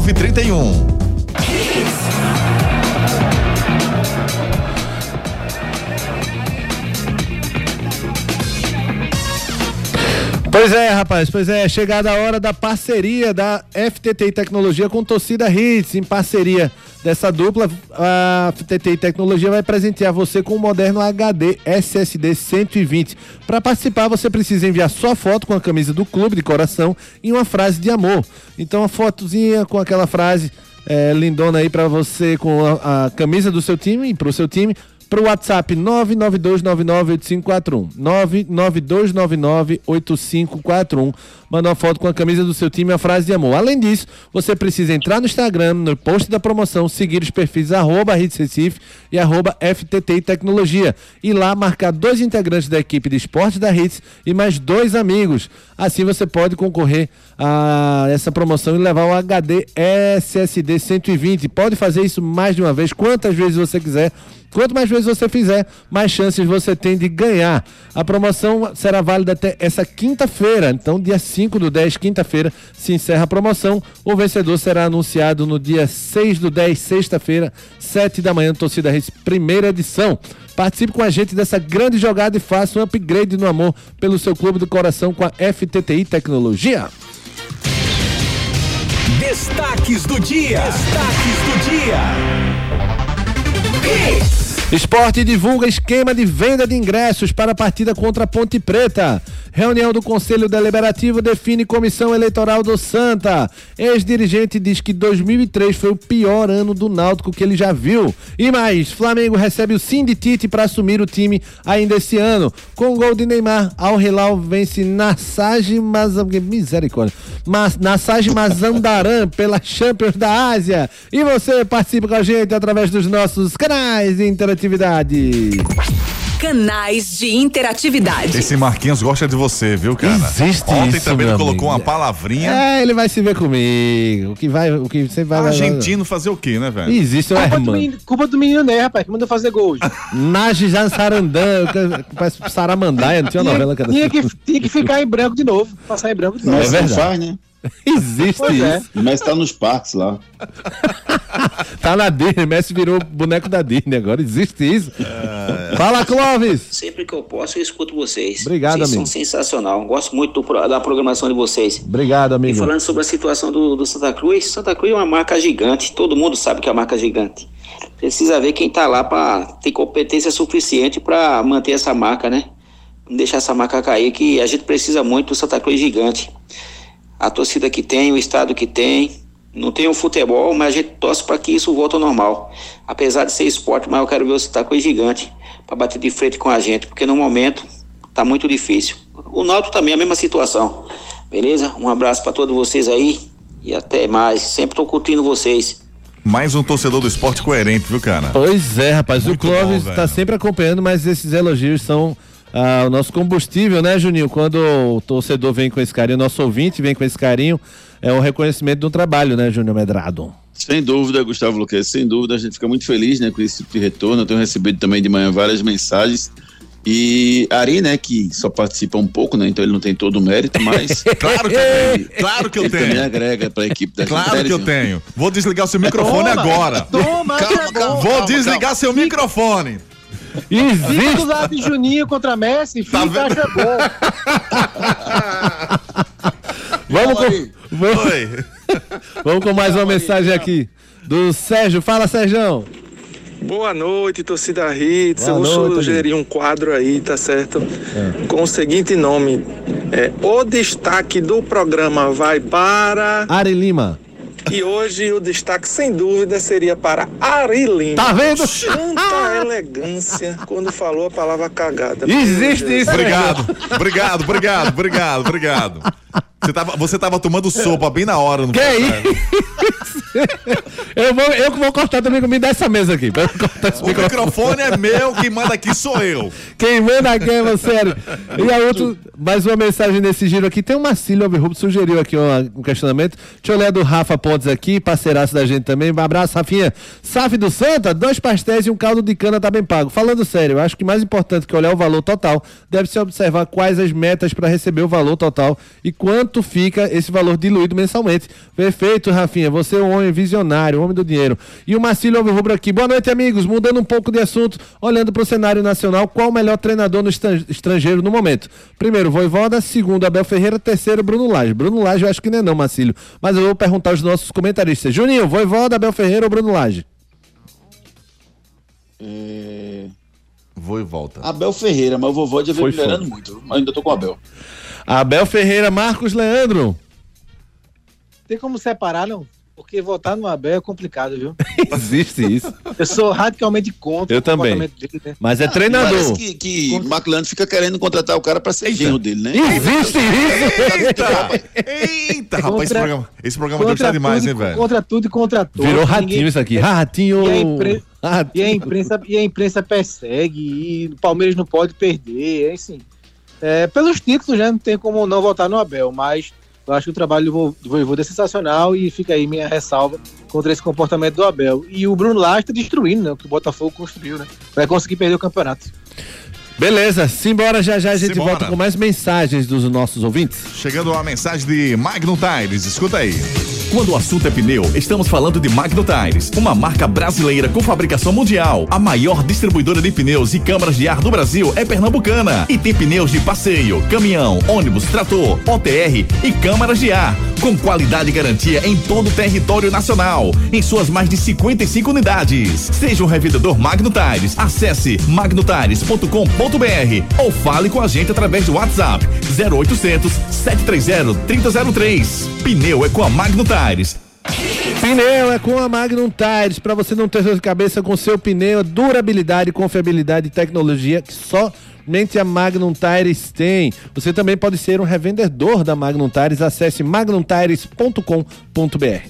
Pois é, rapaz, chegada a hora da parceria da FTTI Tecnologia com Torcida Hits. Em parceria dessa dupla, a FTTI Tecnologia vai presentear você com um moderno HD SSD 120. Para participar, você precisa enviar sua foto com a camisa do clube de coração e uma frase de amor. Então, a fotozinha com aquela frase lindona aí para você, com a camisa do seu time e pro seu time, pro WhatsApp 992998541. 992998541. Manda uma foto com a camisa do seu time e a frase de amor. Além disso, você precisa entrar no Instagram, no post da promoção, seguir os perfis @Hits Recife e @FTTI Tecnologia. E lá marcar 2 integrantes da equipe de esportes da Hits e mais 2 amigos. Assim você pode concorrer a essa promoção e levar o HD SSD 120. Pode fazer isso mais de uma vez, quantas vezes você quiser. Quanto mais vezes você fizer, mais chances você tem de ganhar. A promoção será válida até essa quinta-feira. Então, dia 5/10, quinta-feira, se encerra a promoção. O vencedor será anunciado no dia 6/10, sexta-feira, 7 da manhã, Torcida Hits, primeira edição. Participe com a gente dessa grande jogada e faça um upgrade no amor pelo seu clube do coração com a FTTI Tecnologia. Destaques do dia. Esporte divulga esquema de venda de ingressos para a partida contra a Ponte Preta. Reunião do Conselho Deliberativo define comissão eleitoral do Santa. Ex-dirigente diz que 2003 foi o pior ano do Náutico que ele já viu. E mais, Flamengo recebe o sim de Tite para assumir o time ainda esse ano. Com gol de Neymar, Al Hilal vence Nassaj Mazandaran pela Champions da Ásia. E você participa com a gente através dos nossos canais de interatividade. Canais de interatividade. Esse Marquinhos gosta de você, viu, cara? Existe Ontem isso, também ele meu colocou amigo. uma palavrinha. Ele vai se ver comigo. O que você vai... Argentino fazer o quê, né, velho? Existe, Culpa do menino, né, rapaz? Que mandou fazer gol. Najijan Sarandã, parece Saramandaia, não tinha uma novela que era Tinha que ficar em branco de novo. Passar em branco de novo. É verdade. Faz, né? Existe Pois é. isso. Mas tá nos parques lá. Tá na Disney, Messi virou boneco da Disney agora, existe isso. Fala, Clóvis! Sempre que eu posso, eu escuto vocês. Obrigado, vocês amigo. são sensacional. Gosto muito da programação de vocês. Obrigado, amigo. E falando sobre a situação do Santa Cruz é uma marca gigante. Todo mundo sabe que é uma marca gigante. Precisa ver quem tá lá para ter competência suficiente para manter essa marca, né? Não deixar essa marca cair, que a gente precisa muito do Santa Cruz gigante. A torcida que tem, o estado que tem, não tem o futebol, mas a gente torce para que isso volte ao normal. Apesar de ser esporte, mas eu quero ver o Santa Cruz gigante para bater de frente com a gente, porque no momento tá muito difícil. O Náutico também é a mesma situação, beleza? Um abraço para todos vocês aí e até mais. Sempre tô curtindo vocês. Mais um torcedor do esporte coerente, viu, cara? Pois é, rapaz. Muito o Clóvis bom, tá velho. sempre acompanhando, mas esses elogios são o nosso combustível, né, Juninho? Quando o torcedor vem com esse carinho, o nosso ouvinte vem com esse carinho, é o reconhecimento do trabalho, né, Júnior Medrado? Sem dúvida, Gustavo Luquez, sem dúvida, a gente fica muito feliz, né, com esse tipo de retorno. Eu tenho recebido também de manhã várias mensagens. E Ari, né, que só participa um pouco, né, então ele não tem todo o mérito, mas Claro que eu tenho. Claro que eu ele também tenho. agrega para a equipe da Claro que eu tenho. Vou desligar o seu microfone agora. Toma, Vou desligar seu microfone. Fica do lado de Juninho contra Messi, fica, acha bom. Vamos com mais uma mensagem aqui do Sérgio. Fala, Sérgio. Boa noite, torcida Hits. Boa Eu vou noite, sugerir um quadro aí, tá certo? Com o seguinte nome: o destaque do programa vai para Ari Lima. E hoje o destaque, sem dúvida, seria para Ari Lima. Tá vendo? Tanta elegância quando falou a palavra cagada. Existe isso. Obrigado. Você tava tomando sopa bem na hora. Que isso? Eu que vou cortar também, me dá essa mesa aqui. O microfone é meu, quem manda aqui sou eu. Quem manda aqui é você, sério. E a outra, mais uma mensagem nesse giro aqui. Tem uma Marcílio Alvirrubro, sugeriu aqui um questionamento. Deixa eu ler do Rafa Pontes aqui, parceiraço da gente também. Um abraço, Rafinha. SAF do Santa, 2 pastéis e um caldo de cana tá bem pago. Falando sério, eu acho que mais importante que olhar o valor total, deve-se observar quais as metas para receber o valor total e quanto fica esse valor diluído mensalmente. Perfeito, Rafinha. Você é um homem visionário, homem do dinheiro. E o Marcílio Alvirrubro aqui. Boa noite, amigos. Mudando um pouco de assunto, olhando para o cenário nacional, qual o melhor treinador no estrangeiro no momento? Primeiro, Vojvoda. Segundo, Abel Ferreira. Terceiro, Bruno Lage. Bruno Lage eu acho que não, Marcílio. Mas eu vou perguntar aos nossos comentaristas. Juninho, Vojvoda, Abel Ferreira ou Bruno Lage? Vou e volta. Abel Ferreira, mas o vovô já vem melhorando muito. Mas ainda tô com o Abel. Abel Ferreira, Marcos Leandro. Tem como separar, não? Porque votar no Abel é complicado, viu? Existe isso. Eu sou radicalmente contra eu também. Dele, né? Mas é treinador. Parece que o Marco Leandro fica querendo contratar o cara pra ser genro dele, né? Existe isso! Eita, rapaz, esse programa deve estar demais, hein, velho? Contra tudo e contra todos. Virou ratinho isso aqui. Ratinho! E a imprensa persegue, e o Palmeiras não pode perder, assim. Pelos títulos, já não tem como não votar no Abel, mas eu acho que o trabalho do Vojvoda é sensacional e fica aí minha ressalva contra esse comportamento do Abel. E o Bruno Lage está destruindo, né? O que o Botafogo construiu, né? Vai conseguir perder o campeonato. Beleza, simbora, já a gente volta com mais mensagens dos nossos ouvintes. Chegando a mensagem de Magnum Tires, escuta aí. Quando o assunto é pneu, estamos falando de Magnum Tires, uma marca brasileira com fabricação mundial. A maior distribuidora de pneus e câmaras de ar do Brasil é pernambucana e tem pneus de passeio, caminhão, ônibus, trator, OTR e câmaras de ar, com qualidade e garantia em todo o território nacional, em suas mais de 55 unidades. Seja um revendedor Magnum Tires, acesse magnumtires.com.br ou fale com a gente através do WhatsApp 0800 730 3003. Pneu é com a Magnum Tires. Pneu é com a Magnum Tires, para você não ter dor de cabeça com seu pneu, durabilidade, confiabilidade e tecnologia que somente a Magnum Tires tem. Você também pode ser um revendedor da Magnum Tires, acesse magnumtires.com.br.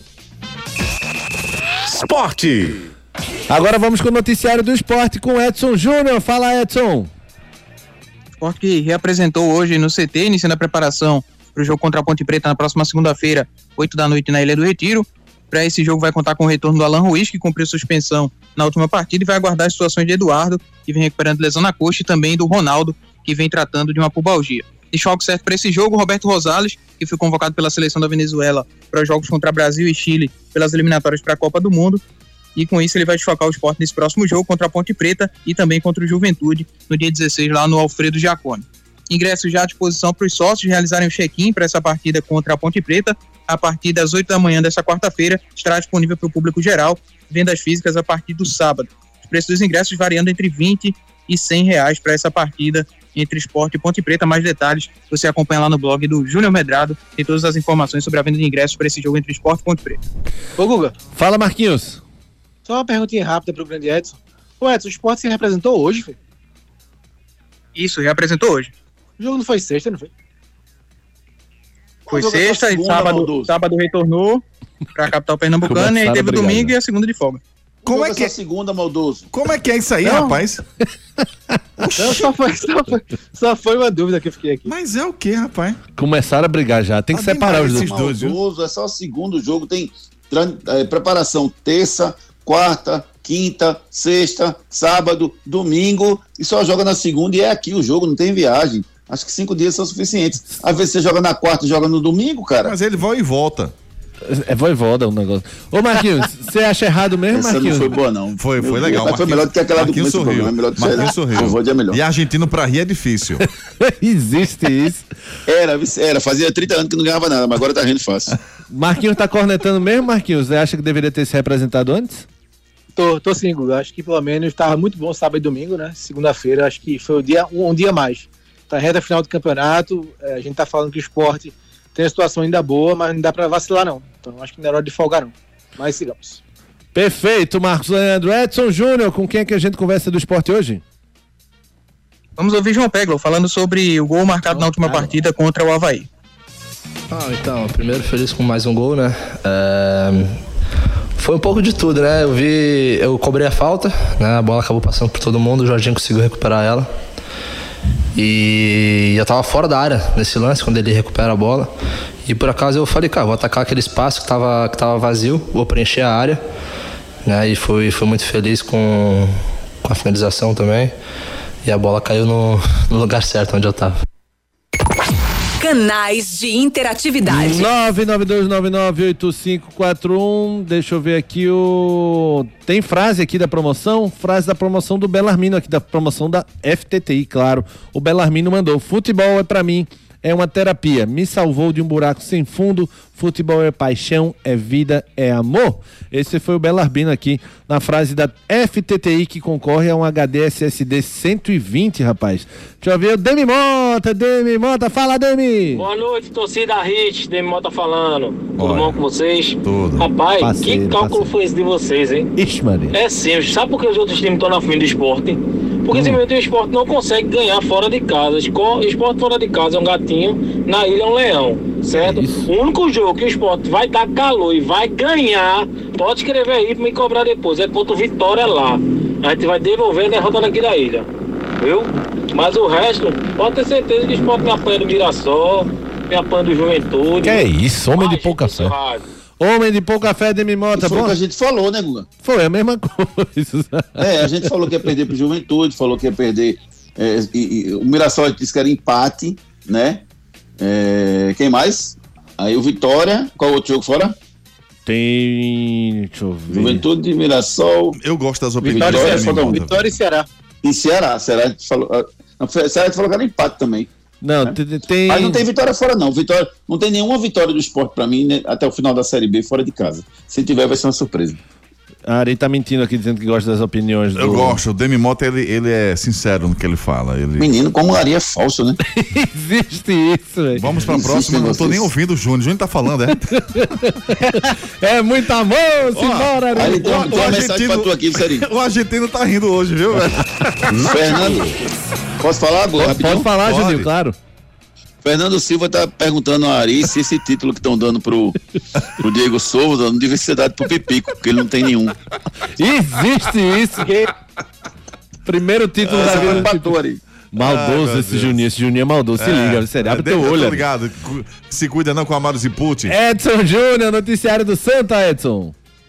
Esporte. Agora vamos com o noticiário do esporte com Edson Júnior. Fala, Edson. Esporte que reapresentou hoje no CT, iniciando a preparação para o jogo contra a Ponte Preta na próxima segunda-feira, 8 da noite na Ilha do Retiro. Para esse jogo vai contar com o retorno do Alan Ruiz, que cumpriu suspensão na última partida, e vai aguardar as situações de Eduardo, que vem recuperando lesão na coxa, e também do Ronaldo, que vem tratando de uma pubalgia. Desfalque certo para esse jogo, Roberto Rosales, que foi convocado pela seleção da Venezuela para os jogos contra Brasil e Chile pelas eliminatórias para a Copa do Mundo, e com isso ele vai desfalcar o Sport nesse próximo jogo contra a Ponte Preta e também contra o Juventude no dia 16 lá no Alfredo Giacone. Ingressos já à disposição para os sócios realizarem o check-in para essa partida contra a Ponte Preta. A partir das 8 da manhã dessa quarta-feira estará disponível para o público geral, vendas físicas a partir do sábado. Os preços dos ingressos variando entre R$20 e R$100 para essa partida entre Sport e Ponte Preta. Mais detalhes você acompanha lá no blog do Júnior Medrado, tem todas as informações sobre a venda de ingressos para esse jogo entre Sport e Ponte Preta. Ô Guga. Fala, Marquinhos. Só uma perguntinha rápida para o grande Edson. Ô Edson, o Sport se representou hoje, filho? Isso, reapresentou hoje. O jogo não foi sexta, não foi? Foi sexta e sábado retornou para a capital pernambucana e aí teve o domingo e a segunda de folga. Como é que é? Segunda, maldoso. Como é que é isso aí, rapaz? Não, só foi uma dúvida que eu fiquei aqui. Mas é o que, rapaz? Começaram a brigar já. Tem que separar os dois. Maldoso, é só o segundo jogo. Tem preparação terça, quarta, quinta, sexta, sábado, domingo. E só joga na segunda e é aqui o jogo, não tem viagem. Acho que 5 dias são suficientes. Às vezes você joga na quarta e joga no domingo, cara. Mas ele vai e volta. É voivoda o negócio. Ô Marquinhos, você acha errado mesmo, Essa Marquinhos? não foi boa, não. Foi legal. Mas foi melhor do que aquela do começo do programa. Marquinhos sorriu. É melhor. E argentino pra rir é difícil. Existe isso. Era. Fazia 30 anos que não ganhava nada, mas agora tá rindo fácil. Marquinhos tá cornetando mesmo, Marquinhos? Você acha que deveria ter se representado antes? Tô sim, Guga. Acho que pelo menos tava muito bom sábado e domingo, né? Segunda-feira, acho que foi um dia a mais. Tá reta final do campeonato, a gente tá falando que o Sport tem a situação ainda boa, mas não dá pra vacilar, não. Então acho que não é hora de folgar, não. Mas sigamos. Perfeito, Marcos Leandro. Edson Júnior, com quem é que a gente conversa do Sport hoje? Vamos ouvir João Peglo falando sobre o gol marcado na última partida contra o Avaí. Então, primeiro feliz com mais um gol, né? Foi um pouco de tudo, né? Eu cobrei a falta, né? A bola acabou passando por todo mundo, o Jorginho conseguiu recuperar ela. E eu tava fora da área nesse lance, quando ele recupera a bola. E por acaso eu falei, cara, vou atacar aquele espaço que tava vazio, vou preencher a área, né? E fui muito feliz com a finalização também. E a bola caiu no lugar certo, onde eu tava. Canais de interatividade. 992998541. Deixa eu ver aqui tem frase aqui da promoção, frase da promoção do Belarmino aqui, da promoção da FTTI, claro. O Belarmino mandou: futebol é pra mim, é uma terapia, me salvou de um buraco sem fundo, futebol é paixão, é vida, é amor. Esse foi o Belarmino aqui, na frase da FTTI, que concorre a um HD SSD 120, rapaz. Deixa eu ver o Demi Mota, fala, Demi! Boa noite, torcida Hit, Demi Mota falando. Tudo bom com vocês? Tudo. Rapaz, que cálculo foi esse de vocês, hein? Ixi, Maria. É simples, sabe por que os outros times estão na frente do Sport? Porque simplesmente o Sport não consegue ganhar fora de casa. O Sport fora de casa é um gatinho, na ilha é um leão, certo? O único jogo que o Sport vai dar calor e vai ganhar, pode escrever aí pra me cobrar depois, é contra o Vitória lá. A gente vai devolver a derrota daqui da ilha, viu? Mas o resto, pode ter certeza que o Sport me apanha do Mirassol, me apanha do Juventude. Que é isso, homem de pouca fé. Homem de pouca fé, Demi Mota. Foi o que a gente falou, né, Guga? Foi a mesma coisa. A gente falou que ia perder pro Juventude, falou que ia perder. O Mirassol disse que era empate, né? Quem mais? Aí o Vitória. Qual outro jogo fora? Deixa eu ver. Juventude, Mirassol. Eu gosto das opiniões. Vitória e Ceará. E Ceará. Ceará a gente falou. Ceará a gente falou que era empate também. Não, né? tem. Mas não tem vitória fora, não. Não tem nenhuma vitória do Sport pra mim, né, até o final da Série B fora de casa. Se tiver, vai ser uma surpresa. A Ari tá mentindo aqui, dizendo que gosta das opiniões do... Eu gosto, o Demi Mota, ele é sincero no que ele fala. Menino, como o Ari é falso, né? Existe isso, velho. Vamos pra próxima, não tô nem ouvindo o Júnior. O Júnior tá falando, é? É muito amor, simbora, Ari. Aí tem uma mensagem pra tu aqui, Serinho. O argentino tá rindo hoje, viu, velho? Fernando, posso falar agora? Pode falar, Juninho, claro. Fernando Silva tá perguntando a Ari se esse título que estão dando pro Diego Souza não devia ser dado pro Pipico, porque ele não tem nenhum. Existe isso. Primeiro título da vida. Maldoso esse Juninho. Esse Juninho é maldoso. Se liga, você abre teu olho. Tô ligado. Se cuida não com Amaro Zipucci. Edson Júnior, noticiário do Santa, Edson.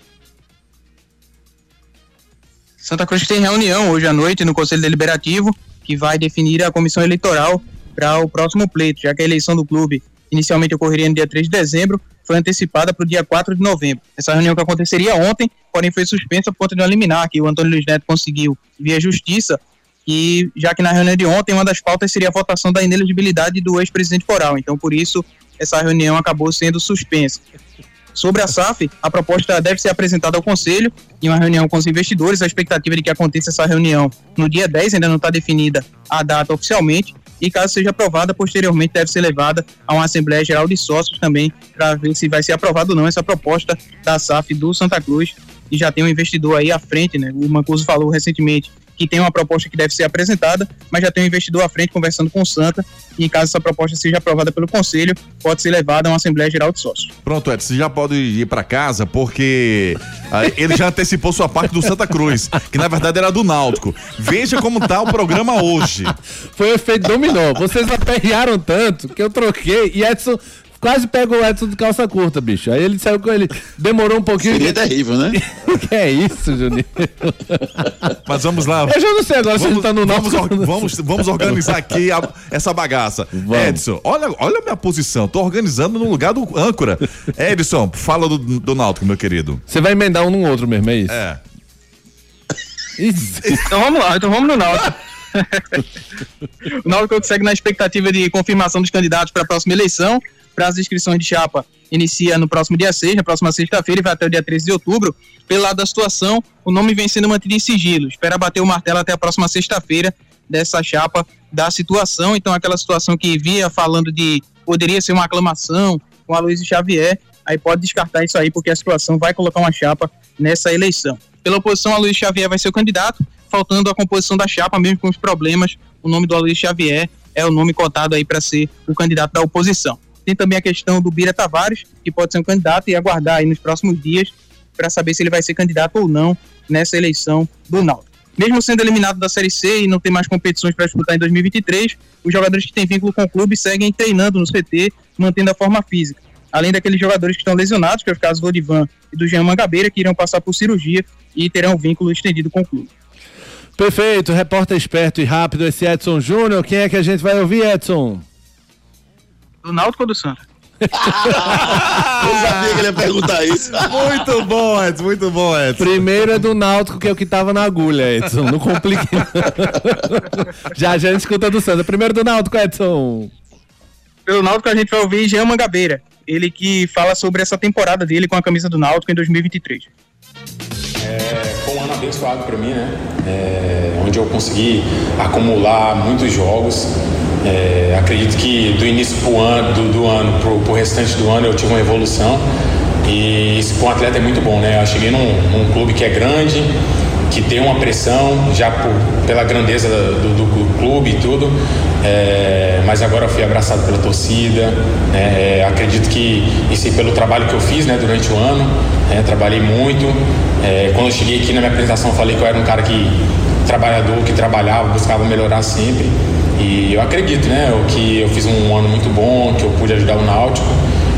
Santa Cruz tem reunião hoje à noite no Conselho Deliberativo, que vai definir a comissão eleitoral para o próximo pleito, já que a eleição do clube inicialmente ocorreria no dia 3 de dezembro, foi antecipada para o dia 4 de novembro. Essa reunião que aconteceria ontem, porém foi suspensa por conta de uma liminar que o Antônio Luiz Neto conseguiu via justiça, e já que na reunião de ontem uma das pautas seria a votação da inelegibilidade do ex-presidente Coral, então por isso essa reunião acabou sendo suspensa. Sobre a SAF, a proposta deve ser apresentada ao Conselho em uma reunião com os investidores. A expectativa é de que aconteça essa reunião no dia 10, ainda não está definida a data oficialmente, e caso seja aprovada, posteriormente deve ser levada a uma Assembleia Geral de Sócios também, para ver se vai ser aprovada ou não essa proposta da SAF do Santa Cruz, e já tem um investidor aí à frente, né? O Mancuso falou recentemente que tem uma proposta que deve ser apresentada, mas já tem um investidor à frente conversando com o Santa, e em caso essa proposta seja aprovada pelo Conselho, pode ser levada a uma Assembleia Geral de Sócios. Pronto, Edson, você já pode ir para casa, porque ele já antecipou sua parte do Santa Cruz, que na verdade era do Náutico. Veja como tá o programa hoje. Foi o efeito dominó. Vocês aperrearam tanto que eu troquei e Edson... Quase pega o Edson de calça curta, bicho. Aí ele saiu com ele. Demorou um pouquinho. Seria terrível, né? Que é isso, Juninho? Mas vamos lá. Eu já não sei agora se ele tá no vamos organizar aqui essa bagaça. Vamos. Edson, olha a minha posição. Tô organizando no lugar do âncora. Edson, fala do Náutico, meu querido. Você vai emendar um no outro mesmo, é isso? É. Então vamos no Náutico. O Náutico segue na expectativa de confirmação dos candidatos para a próxima eleição. Para as inscrições de chapa inicia no próximo dia 6, na próxima sexta-feira, e vai até o dia 13 de outubro. Pelo lado da situação, o nome vem sendo mantido em sigilo. Espera bater o martelo até a próxima sexta-feira dessa chapa da situação. Então, aquela situação que via falando de poderia ser uma aclamação com a Aloysio Xavier, aí pode descartar isso aí, porque a situação vai colocar uma chapa nessa eleição. Pela oposição, a Aloysio Xavier vai ser o candidato, faltando a composição da chapa, mesmo com os problemas, o nome do Aloysio Xavier é o nome cotado aí para ser o candidato da oposição. Tem também a questão do Bira Tavares, que pode ser um candidato, e aguardar aí nos próximos dias para saber se ele vai ser candidato ou não nessa eleição do Náutico. Mesmo sendo eliminado da Série C e não ter mais competições para disputar em 2023, os jogadores que têm vínculo com o clube seguem treinando no CT, mantendo a forma física. Além daqueles jogadores que estão lesionados, que é o caso do Odivan e do Jean Mangabeira, que irão passar por cirurgia e terão um vínculo estendido com o clube. Perfeito, repórter esperto e rápido esse Edson Júnior. Quem é que a gente vai ouvir, Edson? Do Náutico ou do Santa? Eu sabia que ele ia perguntar isso. Muito bom, Edson. Primeiro é do Náutico, que é o que tava na agulha, Edson. Não complique. Já a gente escuta do Santa. Primeiro do Náutico, Edson. Pelo Náutico a gente vai ouvir Jean Mangabeira. Ele que fala sobre essa temporada dele com a camisa do Náutico em 2023. Foi um ano abençoado para mim, né? Onde eu consegui acumular muitos jogos. Acredito que do início do ano pro restante do ano eu tive uma evolução, e isso para um atleta é muito bom, né? Eu cheguei num clube que é grande, que tem uma pressão já pela grandeza do clube e tudo, mas agora eu fui abraçado pela torcida, acredito que isso pelo trabalho que eu fiz, né, durante o ano, trabalhei muito. Quando eu cheguei aqui na minha apresentação eu falei que eu era um cara trabalhador, que trabalhava, buscava melhorar sempre. E eu acredito, né, que eu fiz um ano muito bom, que eu pude ajudar o Náutico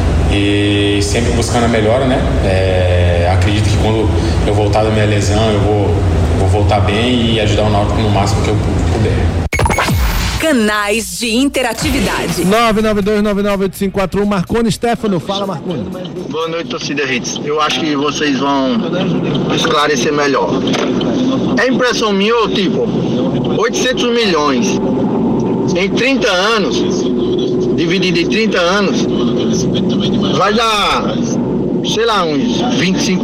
e sempre buscando a melhora, né? Acredito que quando eu voltar da minha lesão eu vou voltar bem e ajudar o Náutico no máximo que eu puder. Canais de interatividade. 992998541, Marconi Stefano. Fala, Marconi. Boa noite, torcida Hits. Eu acho que vocês vão esclarecer melhor. É impressão minha ou tipo 800 milhões em 30 anos, dividido em 30 anos, vai dar, sei lá, uns 25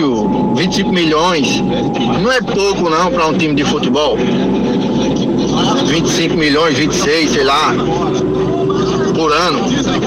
milhões. Não é pouco não para um time de futebol. 25 milhões, 26, sei lá, por ano.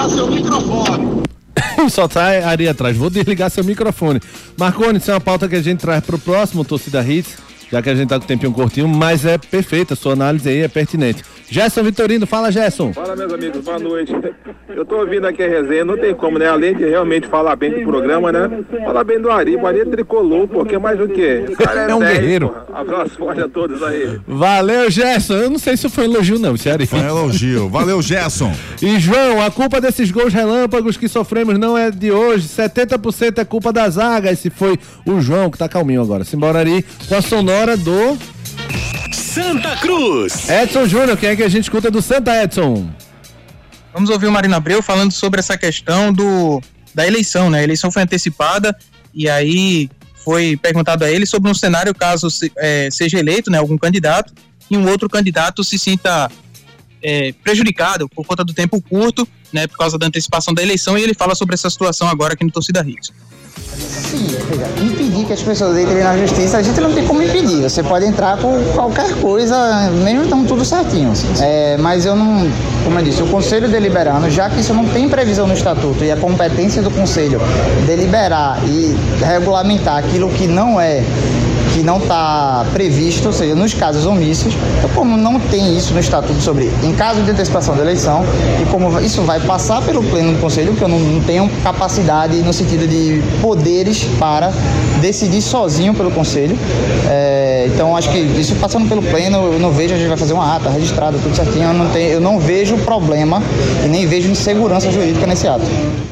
Só tá ali atrás. Vou desligar seu microfone. Marconi, isso é uma pauta que a gente traz pro próximo Torcida Hits, já que a gente tá com o tempinho curtinho, mas é perfeita, sua análise aí é pertinente. Gerson Vitorino, fala, Gerson. Fala, meus amigos, boa noite. Eu tô ouvindo aqui a resenha, não tem como, né? Além de realmente falar bem do programa, né? Falar bem do Ari, o Ari é tricolor, porque mais o quê? O cara é um 10, guerreiro. Porra. Abraço forte a todos aí. Valeu, Gerson. Eu não sei se foi elogio, não, Ari. Foi elogio. Valeu, Gerson. E, João, a culpa desses gols relâmpagos que sofremos não é de hoje. 70% é culpa da zaga. Esse foi o João, que tá calminho agora. Simbora, Ari, com a sonora do Santa Cruz. Edson Júnior, quem é que a gente escuta do Santa, Edson? Vamos ouvir o Marino Abreu falando sobre essa questão da eleição, né? A eleição foi antecipada e aí foi perguntado a ele sobre um cenário caso seja eleito, né, algum candidato, e um outro candidato se sinta prejudicado por conta do tempo curto, né, por causa da antecipação da eleição, e ele fala sobre essa situação agora aqui no Torcida Hits. Sim, impedir que as pessoas entrem na justiça, a gente não tem como impedir. Você pode entrar com qualquer coisa, mesmo estando tudo certinho. Mas eu não, como eu disse, o Conselho deliberando, já que isso não tem previsão no Estatuto e a competência do Conselho deliberar e regulamentar aquilo que não é que não está previsto, ou seja, nos casos omissos. Então, como não tem isso no estatuto sobre em caso de antecipação da eleição, e como isso vai passar pelo pleno do conselho, porque eu não tenho capacidade no sentido de poderes para decidir sozinho pelo conselho. Então acho que isso passando pelo pleno, eu não vejo, a gente vai fazer uma ata registrada, tudo certinho, eu não vejo problema e nem vejo insegurança jurídica nesse ato.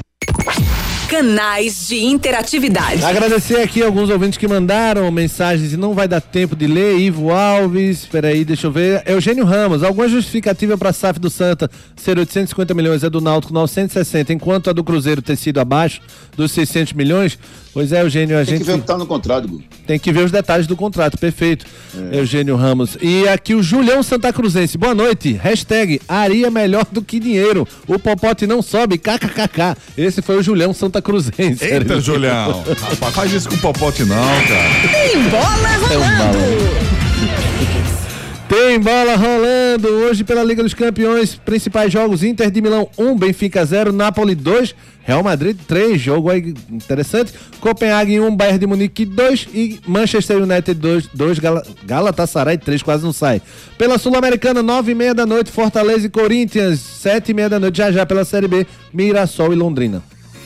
Canais de interatividade. Agradecer aqui alguns ouvintes que mandaram mensagens e não vai dar tempo de ler. Ivo Alves, peraí, deixa eu ver. Eugênio Ramos, alguma justificativa para a SAF do Santa ser 850 milhões, a do Náutico 960, enquanto a do Cruzeiro ter sido abaixo dos 600 milhões? Pois é, Eugênio, Tem que ver o que tá no contrato, Gu. Tem que ver os detalhes do contrato, perfeito. Eugênio Ramos. E aqui o Julião Santa Cruzense, boa noite, hashtag Ari é melhor do que dinheiro, o popote não sobe, kkkk. Esse foi o Julião Santa Cruzense. Eita, Julião, rapaz, faz isso com o popote não, cara. Tem bola rolando. Tem bola rolando hoje pela Liga dos Campeões. Principais jogos: Inter de Milão 1, Benfica 0, Napoli 2, Real Madrid 3, jogo aí interessante. Copenhague 1, Bayern de Munique 2 e Manchester United 2, Galatasaray 3, quase não sai. Pela Sul-Americana, 9h30 da noite, Fortaleza e Corinthians, 7h30 da noite, já pela Série B, Mirassol e Londrina.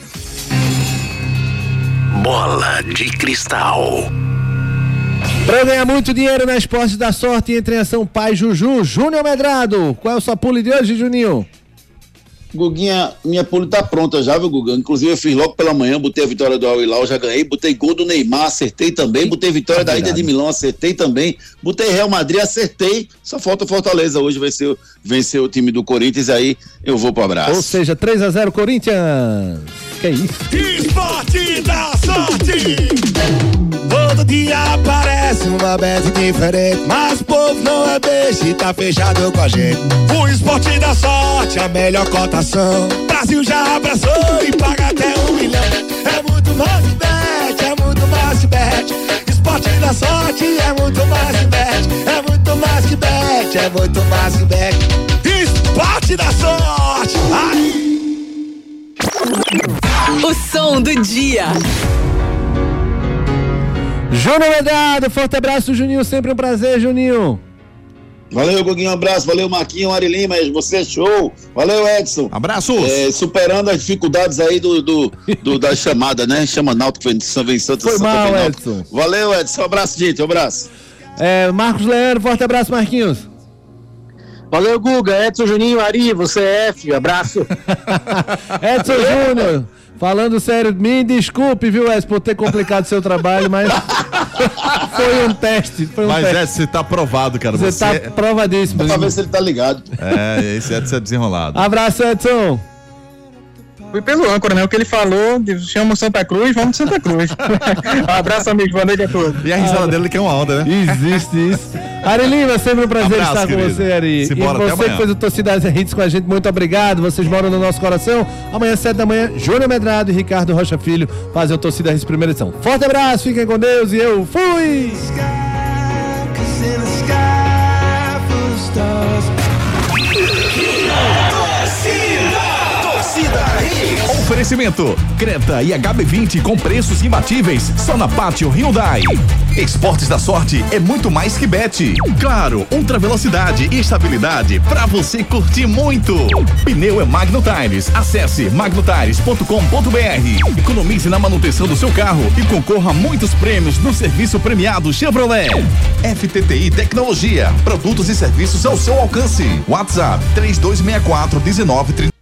Bola de cristal. Para ganhar muito dinheiro na Esportes da Sorte, entre em ação Pai Juju. Júnior Medrado, qual é o sua pule de hoje, Juninho? Guguinha, minha pule tá pronta já, viu, Guga? Inclusive eu fiz logo pela manhã, botei a vitória do Al Hilal, já ganhei, botei gol do Neymar, acertei também, botei vitória da Inter de Milão, acertei também, botei Real Madrid, acertei, só falta Fortaleza hoje, vencer o time do Corinthians, aí eu vou pro abraço. Ou seja, 3-0 Corinthians. Que isso? Esporte da Sorte! Todo dia aparece uma bet diferente, mas o povo não é beijo e tá fechado com a gente. O Esporte da Sorte, a melhor cotação. Brasil já abraçou e paga até 1 milhão. É muito mais que bet, é muito mais que bet. Esporte da Sorte é muito mais que bet, é muito mais que bet, é muito mais que bet. Esporte da Sorte! Ai. O som do dia. Júnior Medrado, forte abraço, Juninho, sempre um prazer, Juninho. Valeu, Guguinho, um abraço, valeu, Marquinho, Ari Lima, você é show, valeu, Edson. Abraços. Superando as dificuldades aí da chamada, né, chama Náutico, vem Santos. Foi mal, Edson. Valeu, Edson, um abraço, gente, um abraço. Marcos Leandro, forte abraço, Marquinhos. Valeu, Guga, Edson, Juninho, Ari, você é F, abraço. Edson Júnior, falando sério, me desculpe, viu, Edson, por ter complicado seu trabalho, mas foi um teste. Mas Edson, você tá aprovado, cara. Você tá provadíssimo. Pra ver se ele tá ligado. Esse Edson é desenrolado. Abraço, Edson. Fui pelo âncora, né? O que ele falou, chama Santa Cruz, vamos de Santa Cruz. Um abraço, amigo, boa noite a todos. E a risada dele que é uma onda, né? Existe isso. Ari Lima, sempre um prazer estar querido. com você, Ari. Simbora, e você que fez o Torcida Hits com a gente, muito obrigado. Vocês moram no nosso coração. Amanhã, 7 da manhã, Júnior Medrado e Ricardo Rocha Filho fazem o Torcida Hits primeira edição. Forte abraço, fiquem com Deus e eu fui! Oferecimento Creta e HB20 com preços imbatíveis só na Pátio Hyundai. Esportes da Sorte é muito mais que bet. Claro, ultra velocidade e estabilidade pra você curtir muito. Pneu é Magno Tires. Acesse magnotires.com.br. Economize na manutenção do seu carro e concorra a muitos prêmios no serviço premiado Chevrolet. FTTI Tecnologia, produtos e serviços ao seu alcance. WhatsApp 3264 1930.